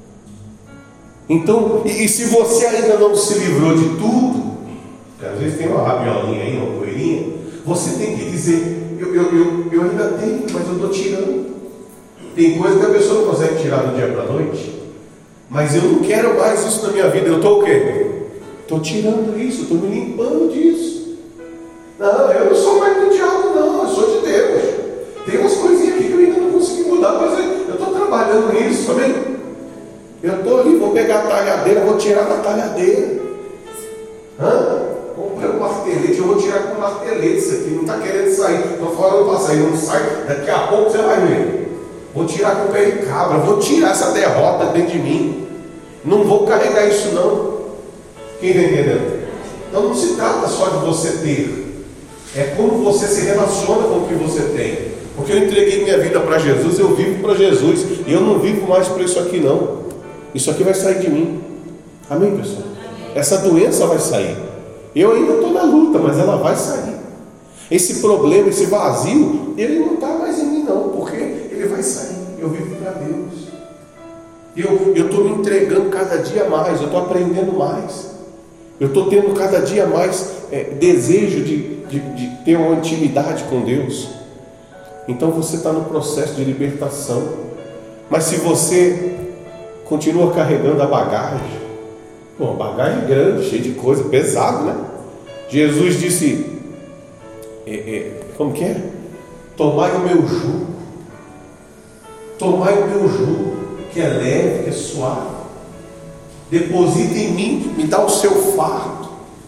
Então, e, e se você ainda não se livrou de tudo, porque às vezes tem uma rabiolinha aí, uma poeirinha, você tem que dizer: eu, eu, eu, eu ainda tenho, mas eu estou tirando. Tem coisa que a pessoa não consegue tirar do dia para a noite, mas eu não quero mais isso na minha vida. Eu estou o quê? Estou tirando isso, estou me limpando disso. Não, eu não sou mais do diabo, não, eu sou de Deus. Tem umas coisinhas aqui que eu ainda não consegui mudar, mas eu estou trabalhando nisso, amém? Eu estou ali, vou pegar a talhadeira, vou tirar da talhadeira. Hã? Comprei um martelete, eu vou tirar com um martelete isso aqui, não está querendo sair. Estou falando para sair, não sai, daqui a pouco você vai ver. Vou tirar com o pé de cabra, vou tirar essa derrota dentro de mim. Não vou carregar isso não. Quem está entendendo? Então não se trata só de você ter, é como você se relaciona com o que você tem. Porque eu entreguei minha vida para Jesus, eu vivo para Jesus, e eu não vivo mais para isso aqui não. Isso aqui vai sair de mim. Amém, pessoal? Essa doença vai sair. Eu ainda estou na luta, mas ela vai sair. Esse problema, esse vazio, ele não está mais em mim não, porque ele vai sair. Eu vivo para Deus. Eu estou me entregando cada dia mais, eu estou aprendendo mais. Eu estou tendo cada dia mais é, desejo de, de, de ter uma intimidade com Deus. Então você está no processo de libertação. Mas se você continua carregando a bagagem, uma bagagem grande, cheia de coisa, pesado, né? Jesus disse, é, é, como que é? Tomai o meu jugo, tomai o meu jugo, que é leve, que é suave. Deposita em mim, me dá o seu fardo.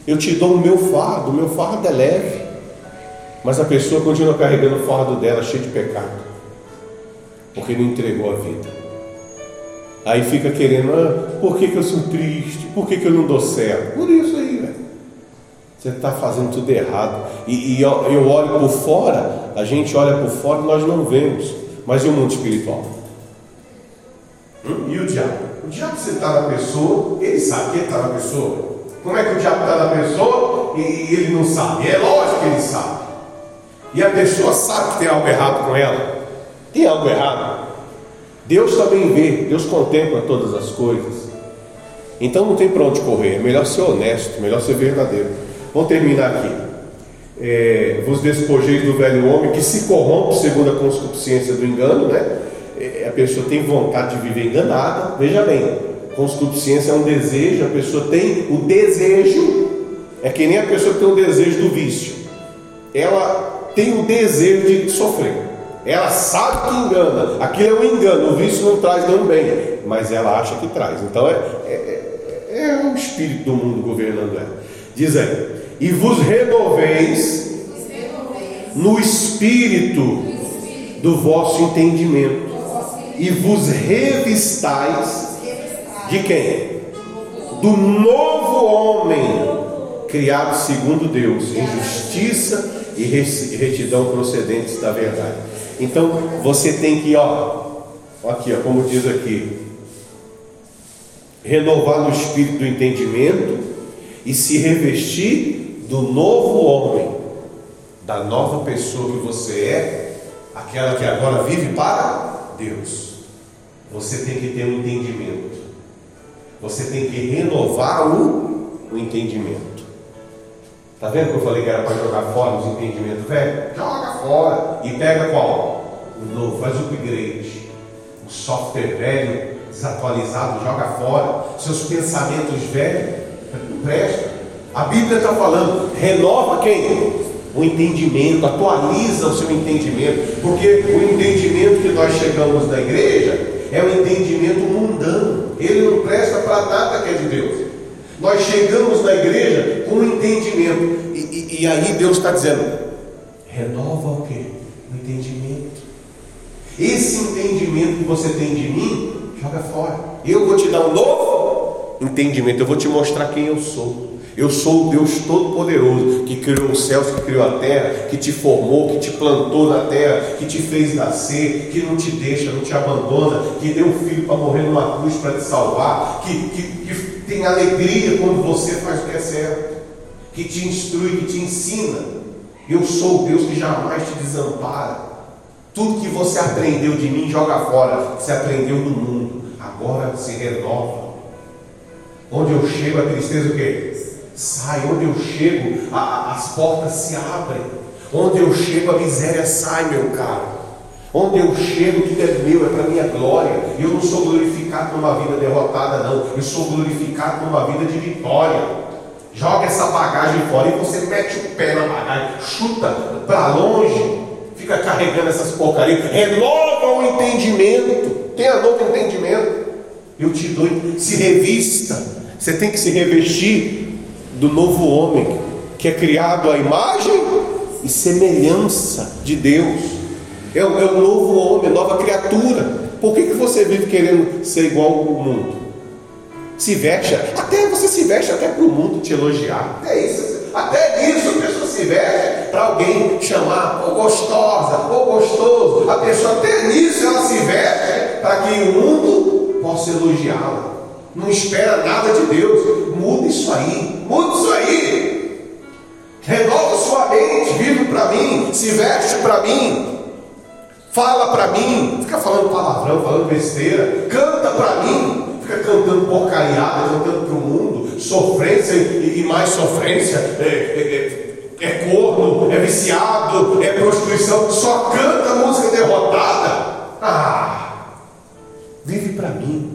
Eu te dou o meu fardo, o meu fardo é leve. Mas a pessoa continua carregando o fardo dela cheio de pecado, porque não entregou a vida. Aí fica querendo, ah, por que, que eu sou triste? Por que, que eu não dou certo? Por isso aí, velho. Você está fazendo tudo errado. E, e eu, eu olho por fora, a gente olha por fora e nós não vemos. Mas e o mundo espiritual? Hum? E o diabo? O diabo, você está na pessoa, ele sabe que ele está na pessoa. Como é que o diabo está na pessoa e, e ele não sabe? É lógico que ele sabe. E a pessoa sabe que tem algo errado com ela. Tem algo errado. Deus também vê, Deus contempla todas as coisas. Então não tem para onde correr. É melhor ser honesto, melhor ser verdadeiro. Vamos terminar aqui. É, vos despojeis do velho homem que se corrompe segundo a concupiscência do engano, né? É, a pessoa tem vontade de viver enganada. Veja bem, concupiscência é um desejo. A pessoa tem o desejo. É que nem a pessoa que tem o desejo do vício. Ela tem o desejo de sofrer. Ela sabe que engana. Aquilo é um engano. O vício não traz nenhum bem, mas ela acha que traz. Então é, é, é, é o espírito do mundo governando ela. Diz aí: e vos renoveis no espírito do vosso entendimento, e vos revistais de quem? Do novo homem, criado segundo Deus, em justiça e retidão procedentes da verdade. Então você tem que, ó, aqui, ó, como diz aqui, renovar no espírito do entendimento e se revestir do novo homem, da nova pessoa que você é, aquela que agora vive para Deus. Você tem que ter um entendimento. Você tem que renovar o, o entendimento. Está vendo que eu falei que era para jogar fora os entendimentos velhos? Joga fora e pega qual? O novo, faz o upgrade. O software velho, desatualizado, joga fora. Seus pensamentos velhos, não presta. A Bíblia está falando, renova quem? O entendimento, atualiza o seu entendimento. Porque o entendimento que nós chegamos na igreja é um entendimento mundano. Ele não presta para nada que é de Deus. Nós chegamos na igreja com um entendimento, e, e, e aí Deus está dizendo, renova o quê? O entendimento. Esse entendimento que você tem de mim, joga fora. Eu vou te dar um novo entendimento. Eu vou te mostrar quem eu sou. Eu sou o Deus Todo-Poderoso, que criou os céus, que criou a terra, que te formou, que te plantou na terra, que te fez nascer, que não te deixa, não te abandona, que deu um filho para morrer numa cruz para te salvar, que, que, que tem alegria quando você faz o que é certo, que te instrui, que te ensina. Eu sou o Deus que jamais te desampara. Tudo que você aprendeu de mim, joga fora. Você aprendeu do mundo, agora se renova. Onde eu chego, a tristeza o quê? Sai. Onde eu chego, a, a, as portas se abrem. Onde eu chego, a miséria sai, meu caro. Onde eu chego, tudo é meu, é para minha glória. Eu não sou glorificado numa vida derrotada, não. Eu sou glorificado numa vida de vitória. Joga essa bagagem fora e você mete o pé na bagagem, chuta para longe, fica carregando essas porcarias. Renova o entendimento. Tenha novo entendimento. Eu te dou, se revista. Você tem que se revestir do novo homem, que é criado à imagem e semelhança de Deus. É o, é o novo homem, nova criatura. Por que, que você vive querendo ser igual ao mundo? Se veste, até você se veste até para o mundo te elogiar. É isso, até isso a pessoa se veste para alguém chamar, ou gostosa, ou gostoso. A pessoa até nisso ela se veste para que o mundo possa elogiá-la. Não espera nada de Deus. Muda isso aí, muda isso aí. Renova sua mente, vive para mim, se veste para mim, fala para mim, fica falando palavrão, falando besteira, canta para mim, fica cantando porcariada, cantando para o mundo, sofrência e, e mais sofrência, é, é, é corno, é viciado, é prostituição, só canta música derrotada. Ah, vive para mim.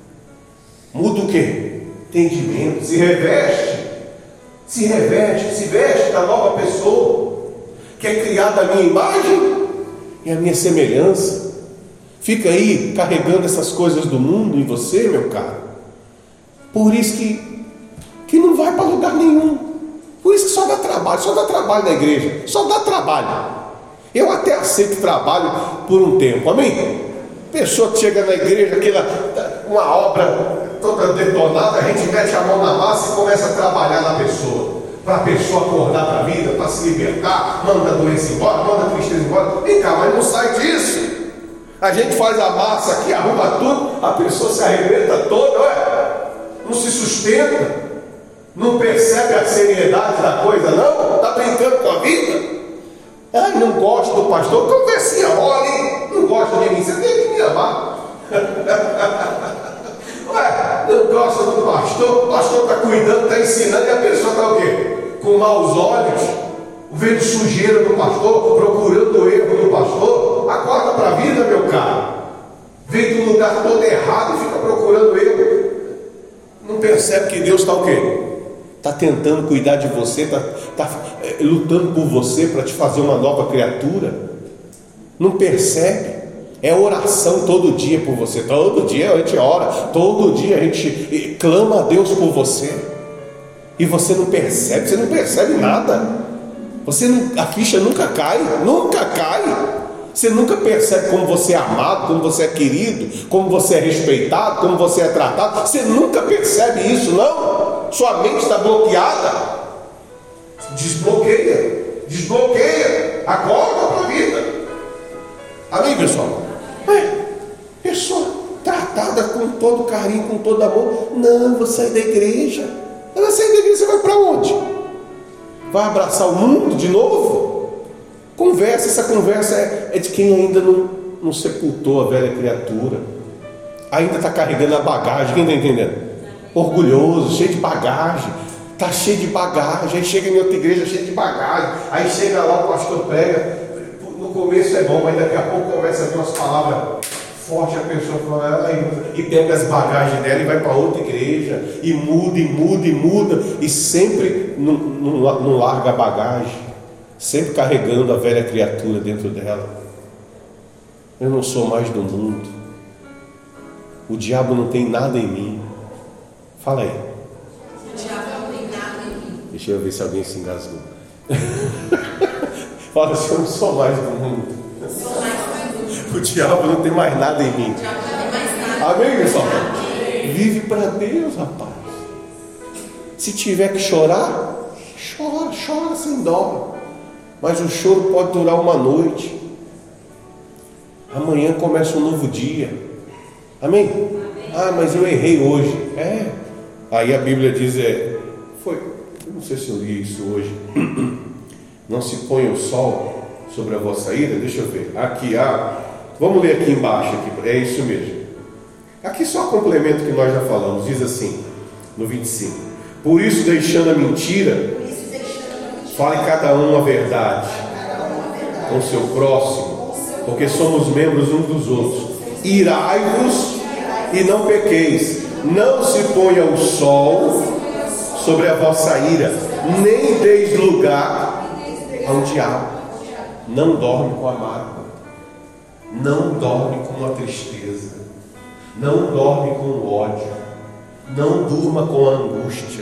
Muda o quê? Entendimento, se reveste, se reveste, se veste da nova pessoa, que é criada a minha imagem e a minha semelhança. Fica aí carregando essas coisas do mundo em você, meu caro. Por isso que, que não vai para lugar nenhum. Por isso que só dá trabalho, só dá trabalho na igreja, só dá trabalho. Eu até aceito trabalho por um tempo, amém? Pessoa que chega na igreja, aquela, uma obra toda detonada, a gente mete a mão na massa e começa a trabalhar na pessoa, para a pessoa acordar para a vida, para se libertar, manda a doença embora, manda a tristeza embora. Vem cá, mas não sai disso. A gente faz a massa aqui, arruma tudo, a pessoa se arrebenta toda, ué, não se sustenta. Não percebe a seriedade da coisa, não? Está brincando com a vida? Ai, não gosto do pastor. Conversinha rola, hein? Não gosta de mim, você tem que me amar. Ué, não gosta do pastor, o pastor está cuidando, está ensinando, e a pessoa está o quê? Com maus olhos, vendo sujeira do pastor, procurando o erro do pastor. Acorda para a vida, meu caro. Vem do lugar todo errado e fica procurando erro. Não percebe que Deus está o quê? Está tentando cuidar de você, está tá, é, lutando por você para te fazer uma nova criatura. Não percebe? É oração todo dia por você. Todo dia a gente ora, todo dia a gente clama a Deus por você. E você não percebe, você não percebe nada. Você não, a ficha nunca cai, nunca cai. Você nunca percebe como você é amado, como você é querido, como você é respeitado, como você é tratado. Você nunca percebe isso, não. Sua mente está bloqueada. Desbloqueia, desbloqueia, acorda para a vida. Amém, pessoal? É, pessoa tratada com todo carinho, com todo amor. Não, vou sair da igreja. Vai sair da igreja, você vai para onde? Vai abraçar o mundo de novo? Conversa, essa conversa é, é de quem ainda não, não sepultou a velha criatura, ainda está carregando a bagagem. Quem está entendendo? Orgulhoso, cheio de bagagem, está cheio de bagagem. Aí chega em outra igreja cheio de bagagem, aí chega lá, o pastor prega, no começo é bom, mas daqui a pouco começa a vir umas palavras fortes, a pessoa fala, e pega as bagagens dela e vai para outra igreja, e muda, e muda, e muda, e sempre não, não, não larga a bagagem, sempre carregando a velha criatura dentro dela. Eu não sou mais do mundo, o diabo não tem nada em mim. Fala aí. O diabo não tem nada em mim. Deixa eu ver se alguém se engasgou. Fala assim, eu não sou mais do mundo. Sou mais do mundo. O diabo não tem mais nada em mim. O diabo não tem mais nada. Amém, pessoal? Vive para Deus, rapaz. Se tiver que chorar, chora, chora sem dó. Mas o choro pode durar uma noite. Amanhã começa um novo dia. Amém? Amém. Ah, mas eu errei hoje. É. Aí a Bíblia diz, é, foi, eu não sei se eu li isso hoje. Não se ponha o sol sobre a vossa ira. Deixa eu ver. Aqui, ah, vamos ler aqui embaixo. Aqui, é isso mesmo. Aqui só complemento que nós já falamos. Diz assim, no vinte e cinco. Por isso, deixando a mentira, fale cada um a verdade com o seu próximo, porque somos membros uns dos outros. Irai-vos e não pequeis. Não se ponha o sol sobre a vossa ira, nem deis lugar ao diabo. Não dorme com a mágoa, não dorme com a tristeza, não dorme com o ódio, não durma com a angústia.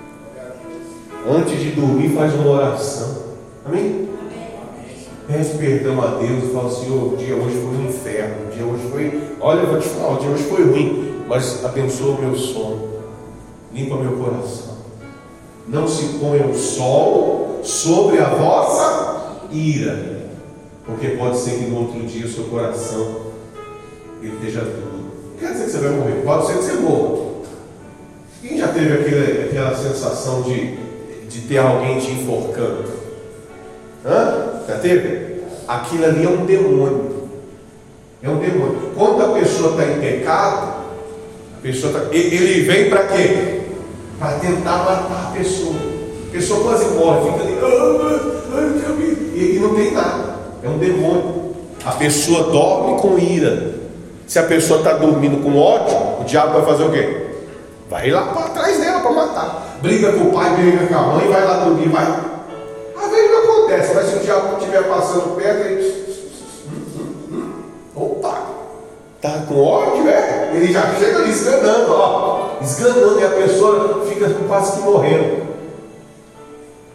Antes de dormir, faz uma oração. Amém? Pede perdão a Deus e fala, Senhor, o dia hoje foi um inferno, o dia hoje foi, olha, eu vou te falar, o dia hoje foi ruim, mas abençoa o meu sono, limpa meu coração. Não se ponha o sol sobre a vossa ira, porque pode ser que no outro dia o seu coração ele esteja duro. Não quer dizer que você vai morrer, pode ser que você morra. Quem já teve aquele, aquela sensação de, de ter alguém te enforcando? Hã? Já teve? Aquilo ali é um demônio. É um demônio. Quando a pessoa está em pecado, a pessoa tá, ele vem para quê? Para tentar matar a pessoa. A pessoa quase morre, fica ali, ah, ah, e, e não tem nada. É um demônio. A pessoa dorme com ira. Se a pessoa está dormindo com ódio, o diabo vai fazer o quê? Vai lá para trás dela para matar. Briga com o pai, briga com a mãe, vai lá dormir, vai. Às vezes não acontece, mas se o diabo estiver passando perto, ele... Opa! Tá com ódio, é? Ele já chega ali esganando, ó. Esganando, e a pessoa fica quase que morrendo.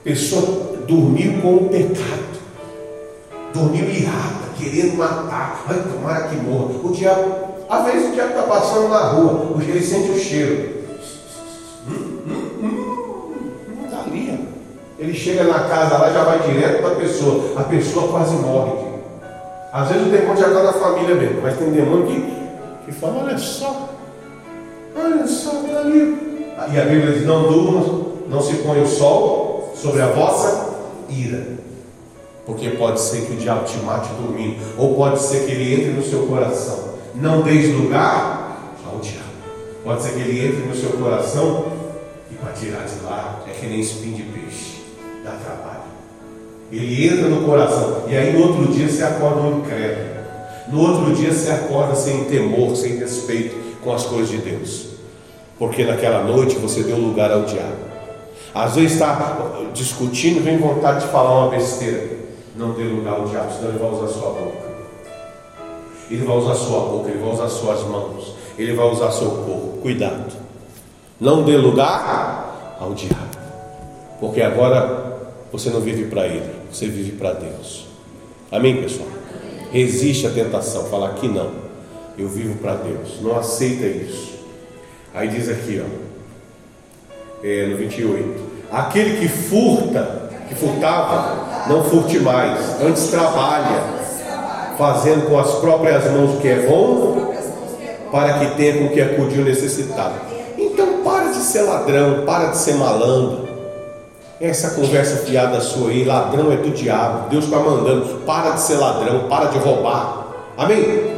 pessoa dormiu com o pecado, dormiu irada, querendo matar, ai, tomara que morra. O diabo, às vezes o diabo está passando na rua, ele sente o cheiro. Hum, hum, hum, está ali. Ele chega na casa lá, já vai direto para a pessoa. A pessoa quase morre. Às vezes o demônio já está na família mesmo, mas tem demônio que, que fala, olha só, olha só, está ali. E a Bíblia diz, não durma, não se põe o sol sobre a vossa ira. Porque pode ser que o diabo te mate dormindo, ou pode ser que ele entre no seu coração. Não deis lugar ao diabo. Pode ser que ele entre no seu coração e para tirar de lá é que nem espinho de peixe, dá trabalho. Ele entra no coração e aí no outro dia você acorda um incrédulo. No outro dia você acorda sem temor, sem respeito com as coisas de Deus, porque naquela noite você deu lugar ao diabo. Às vezes está discutindo, vem vontade de falar uma besteira. Não dê lugar ao diabo, senão ele vai usar sua boca. Ele vai usar sua boca, ele vai usar suas mãos, ele vai usar seu corpo. Cuidado. Não dê lugar ao diabo, porque agora você não vive para ele, você vive para Deus. Amém, pessoal? Resiste à tentação, fala aqui não, eu vivo para Deus, não aceita isso. Aí diz aqui, ó, é, no vinte e oito, aquele que furta, que furtava, não furte mais, antes trabalha, fazendo com as próprias mãos o que é bom, para que tenha com que acudir o necessitado. Então para de ser ladrão, para de ser malandro. Essa conversa fiada sua aí, ladrão é do diabo, Deus está mandando, para de ser ladrão, para de roubar. Amém?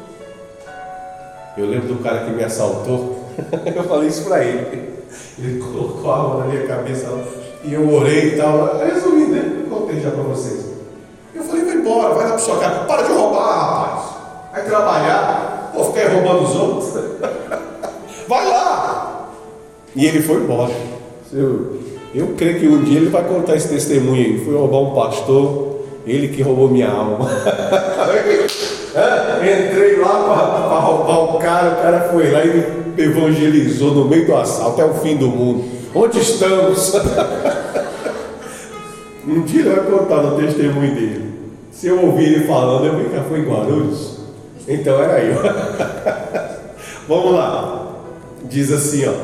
Eu lembro do cara que me assaltou, eu falei isso para ele, ele colocou a mão na minha cabeça e eu orei e tal, resumindo, né? Contei já para vocês. Eu falei, vai embora, vai lá para sua casa, para de roubar, rapaz, vai trabalhar, vou ficar roubando os outros, vai lá. E ele foi embora. Eu, eu creio que um dia ele vai contar esse testemunho aí. Fui roubar um pastor, ele que roubou minha alma. Entrei lá para roubar o cara, o cara foi lá e me evangelizou no meio do assalto, é o fim do mundo. Onde estamos? Um dia ele vai contar no testemunho dele. Se eu ouvir ele falando, eu vi que foi em Guarulhos. Então era eu. Vamos lá. Diz assim, ó,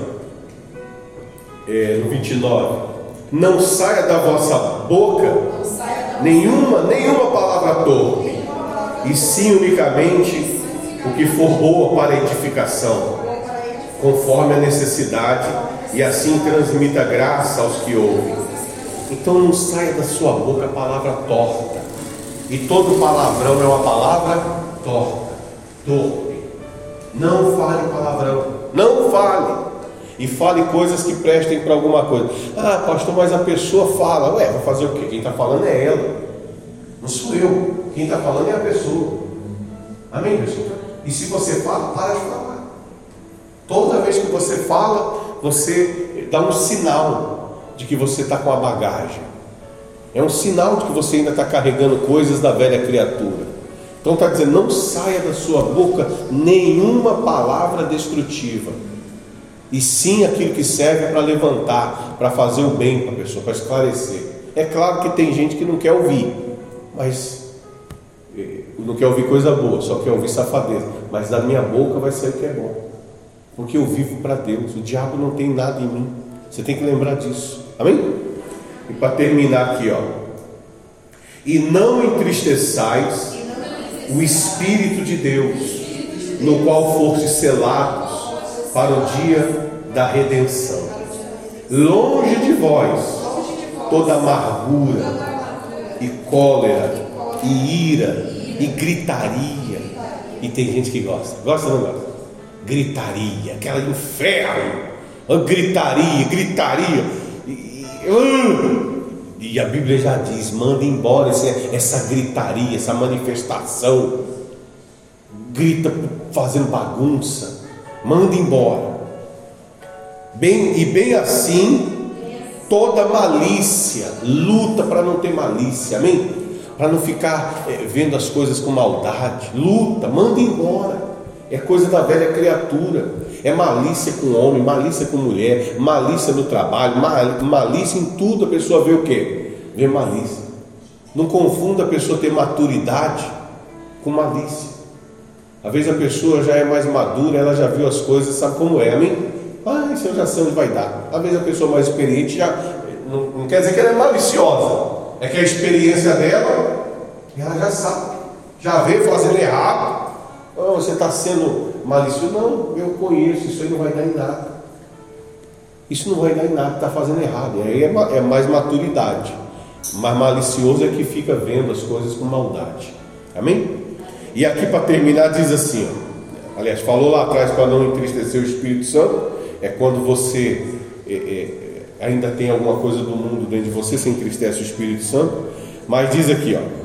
é, no vinte e nove: não saia da vossa boca nenhuma, nenhuma palavra torpe, e sim unicamente o que for boa para a edificação, conforme a necessidade, e assim transmita graça aos que ouvem. Então não saia da sua boca a palavra torta, e todo palavrão é uma palavra torta, torpe. Não fale palavrão, não fale. E fale coisas que prestem para alguma coisa. Ah, pastor, mas a pessoa fala. Ué, vou fazer o quê? Quem está falando é ela, não sou eu. Quem está falando é a pessoa. Amém, pessoal? E se você fala, para de falar. Toda vez que você fala, você dá um sinal de que você está com a bagagem. É um sinal de que você ainda está carregando coisas da velha criatura. Então está dizendo, não saia da sua boca nenhuma palavra destrutiva, e sim aquilo que serve para levantar, para fazer o bem para a pessoa, para esclarecer. É claro que tem gente que não quer ouvir, mas não quer ouvir coisa boa, só quer ouvir safadeza. Mas da minha boca vai sair o que é bom, porque eu vivo para Deus. O diabo não tem nada em mim. Você tem que lembrar disso. Amém? E para terminar aqui, ó, e não entristeçais o Espírito de Deus, no qual fostes selados para o dia da redenção. Longe de vós toda amargura e cólera e ira e gritaria. E tem gente que gosta, gosta ou não gosta? Gritaria, aquela inferno, gritaria, gritaria. E, e, uh, e a Bíblia já diz, manda embora essa, essa gritaria, essa manifestação. Grita fazendo bagunça, manda embora. Bem, e bem assim, toda malícia, luta para não ter malícia, amém? Para não ficar é, vendo as coisas com maldade, luta, manda embora. É coisa da velha criatura. É malícia com homem, malícia com mulher, malícia no trabalho, mal, malícia em tudo. A pessoa vê o quê? Vê malícia. Não confunda a pessoa ter maturidade com malícia. Às vezes a pessoa já é mais madura, ela já viu as coisas, sabe como é, amém? Ah, isso eu já sei onde vai dar. Às vezes a pessoa mais experiente já, não, não quer dizer que ela é maliciosa, é que a experiência dela, ela já sabe, já vê fazendo errado. Oh, você está sendo malicioso? Não, eu conheço, isso aí não vai dar em nada. Isso não vai dar em nada, está fazendo errado. Aí é, é mais maturidade. Mas malicioso é que fica vendo as coisas com maldade. Amém? E aqui para terminar diz assim, ó, aliás, falou lá atrás para não entristecer o Espírito Santo, é quando você é, é, ainda tem alguma coisa do mundo dentro de você, você entristece o Espírito Santo. Mas diz aqui, ó,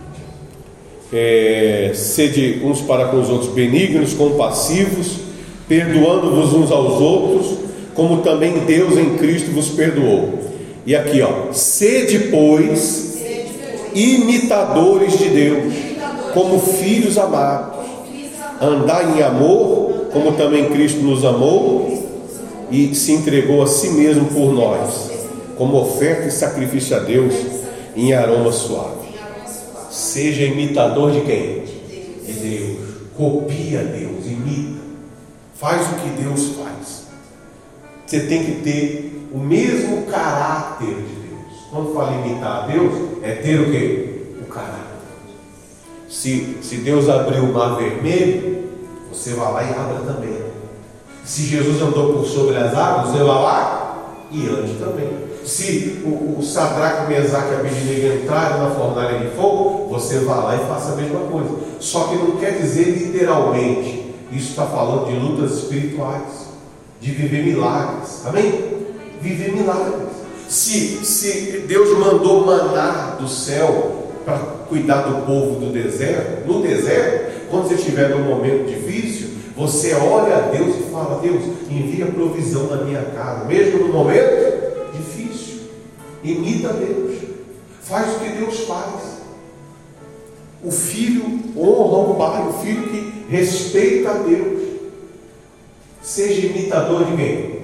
é, sede uns para com os outros benignos, compassivos, perdoando-vos uns aos outros, como também Deus em Cristo vos perdoou. E aqui, ó, sede pois imitadores de Deus, como filhos amados, andai em amor, como também Cristo nos amou e se entregou a si mesmo por nós, como oferta e sacrifício a Deus em aroma suave. Seja imitador de quem? De Deus. Copia Deus, imita, faz o que Deus faz. Você tem que ter o mesmo caráter de Deus. Quando fala imitar a Deus, é ter o quê? O caráter. Se, se Deus abriu o mar vermelho, você vai lá e abra também. Se Jesus andou por sobre as águas, você vai lá e ande também. Se o, o Sadraque, Mesaque e Abednego entraram na fornalha de fogo, você vai lá e faça a mesma coisa. Só que não quer dizer literalmente. Isso está falando de lutas espirituais, de viver milagres. Amém? Viver milagres. Se, se Deus mandou maná do céu para cuidar do povo do deserto, no deserto, quando você estiver num momento difícil, você olha a Deus e fala: Deus, envia provisão na minha casa, mesmo no momento difícil. Imita Deus, faz o que Deus faz. O filho honra o pai, o filho que respeita a Deus. Seja imitador de quem?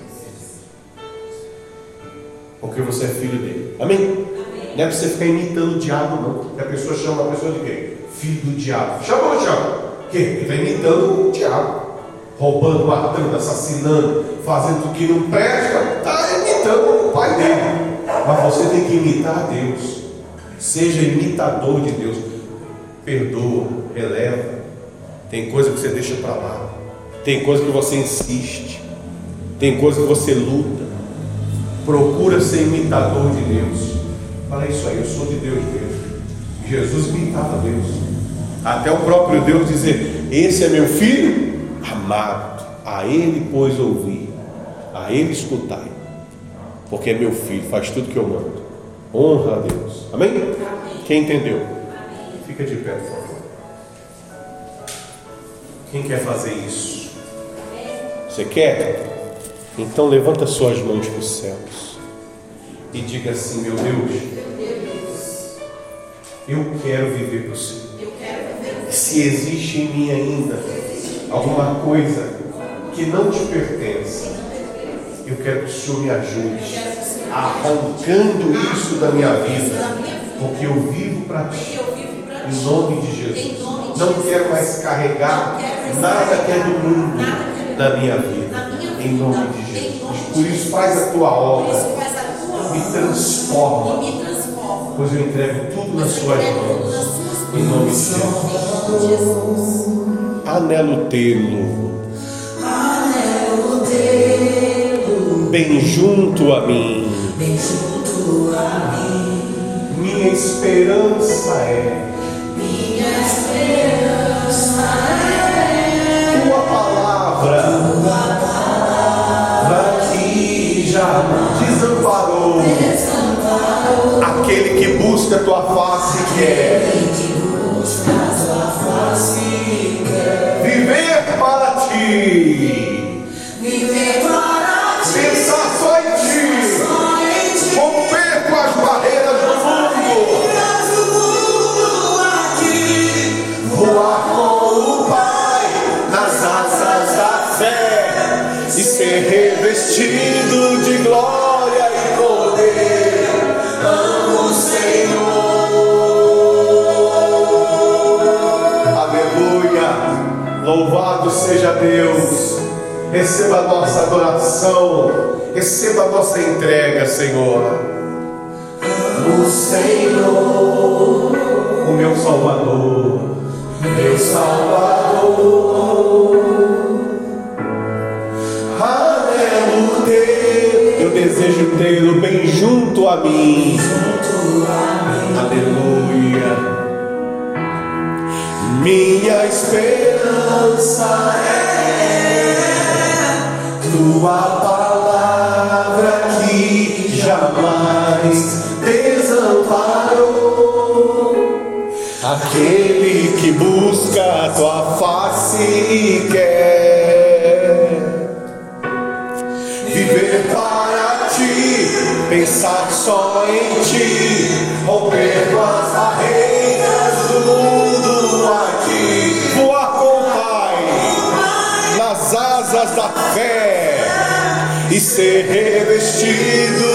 Porque você é filho dele. Amém? Amém. Não é para você ficar imitando o diabo, não. Porque a pessoa chama a pessoa de quem? Filho do diabo. Chama ou não chama? Quem? Ele está imitando o diabo. Roubando, matando, assassinando, fazendo o que não presta. Está imitando o pai dele. Mas você tem que imitar a Deus. Seja imitador de Deus. Perdoa, releva. Tem coisa que você deixa para lá. Tem coisa que você insiste. Tem coisa que você luta. Procura ser imitador de Deus. Fala isso aí, eu sou de Deus mesmo. Jesus imitava Deus. Até o próprio Deus dizer: esse é meu filho amado, a ele pois ouvi, a ele escutai, porque é meu filho, faz tudo que eu mando. Honra a Deus. Amém? Amém. Quem entendeu? Amém. Fica de pé, por favor. Quem quer fazer isso? Você quer? Então levanta suas mãos para os céus e diga assim: meu Deus, eu quero viver para o Senhor. Se existe em mim ainda alguma coisa que não te pertence, eu quero que o Senhor me ajude arrancando isso da minha vida, porque eu vivo para ti, em nome de Jesus. Não quero mais carregar nada que é do mundo na minha vida, em nome de Jesus. Por isso faz a tua obra, me transforma, pois eu entrego tudo nas suas mãos, em nome de Jesus. Anelo tê-lo, bem junto a mim, minha esperança é, tua palavra vai já desamparou aquele que busca tua face quer viver para ti, pensar só em ti, romper com as barreiras do mundo, voar com o Pai na ser revestido de glória e poder. Amo o Senhor. Aleluia. Louvado seja Deus. Receba a nossa adoração. Receba a nossa entrega, Senhor. Amo o Senhor, o meu Salvador, meu Salvador. Anelo ter, eu desejo tê-lo bem junto a mim. Aleluia. Minha esperança é tua palavra que jamais desamparou. Aquele que busca a tua face e quer viver para ti, pensar só em ti, romper com as barreiras do mundo aqui, voar com o Pai nas asas da fé e ser revestido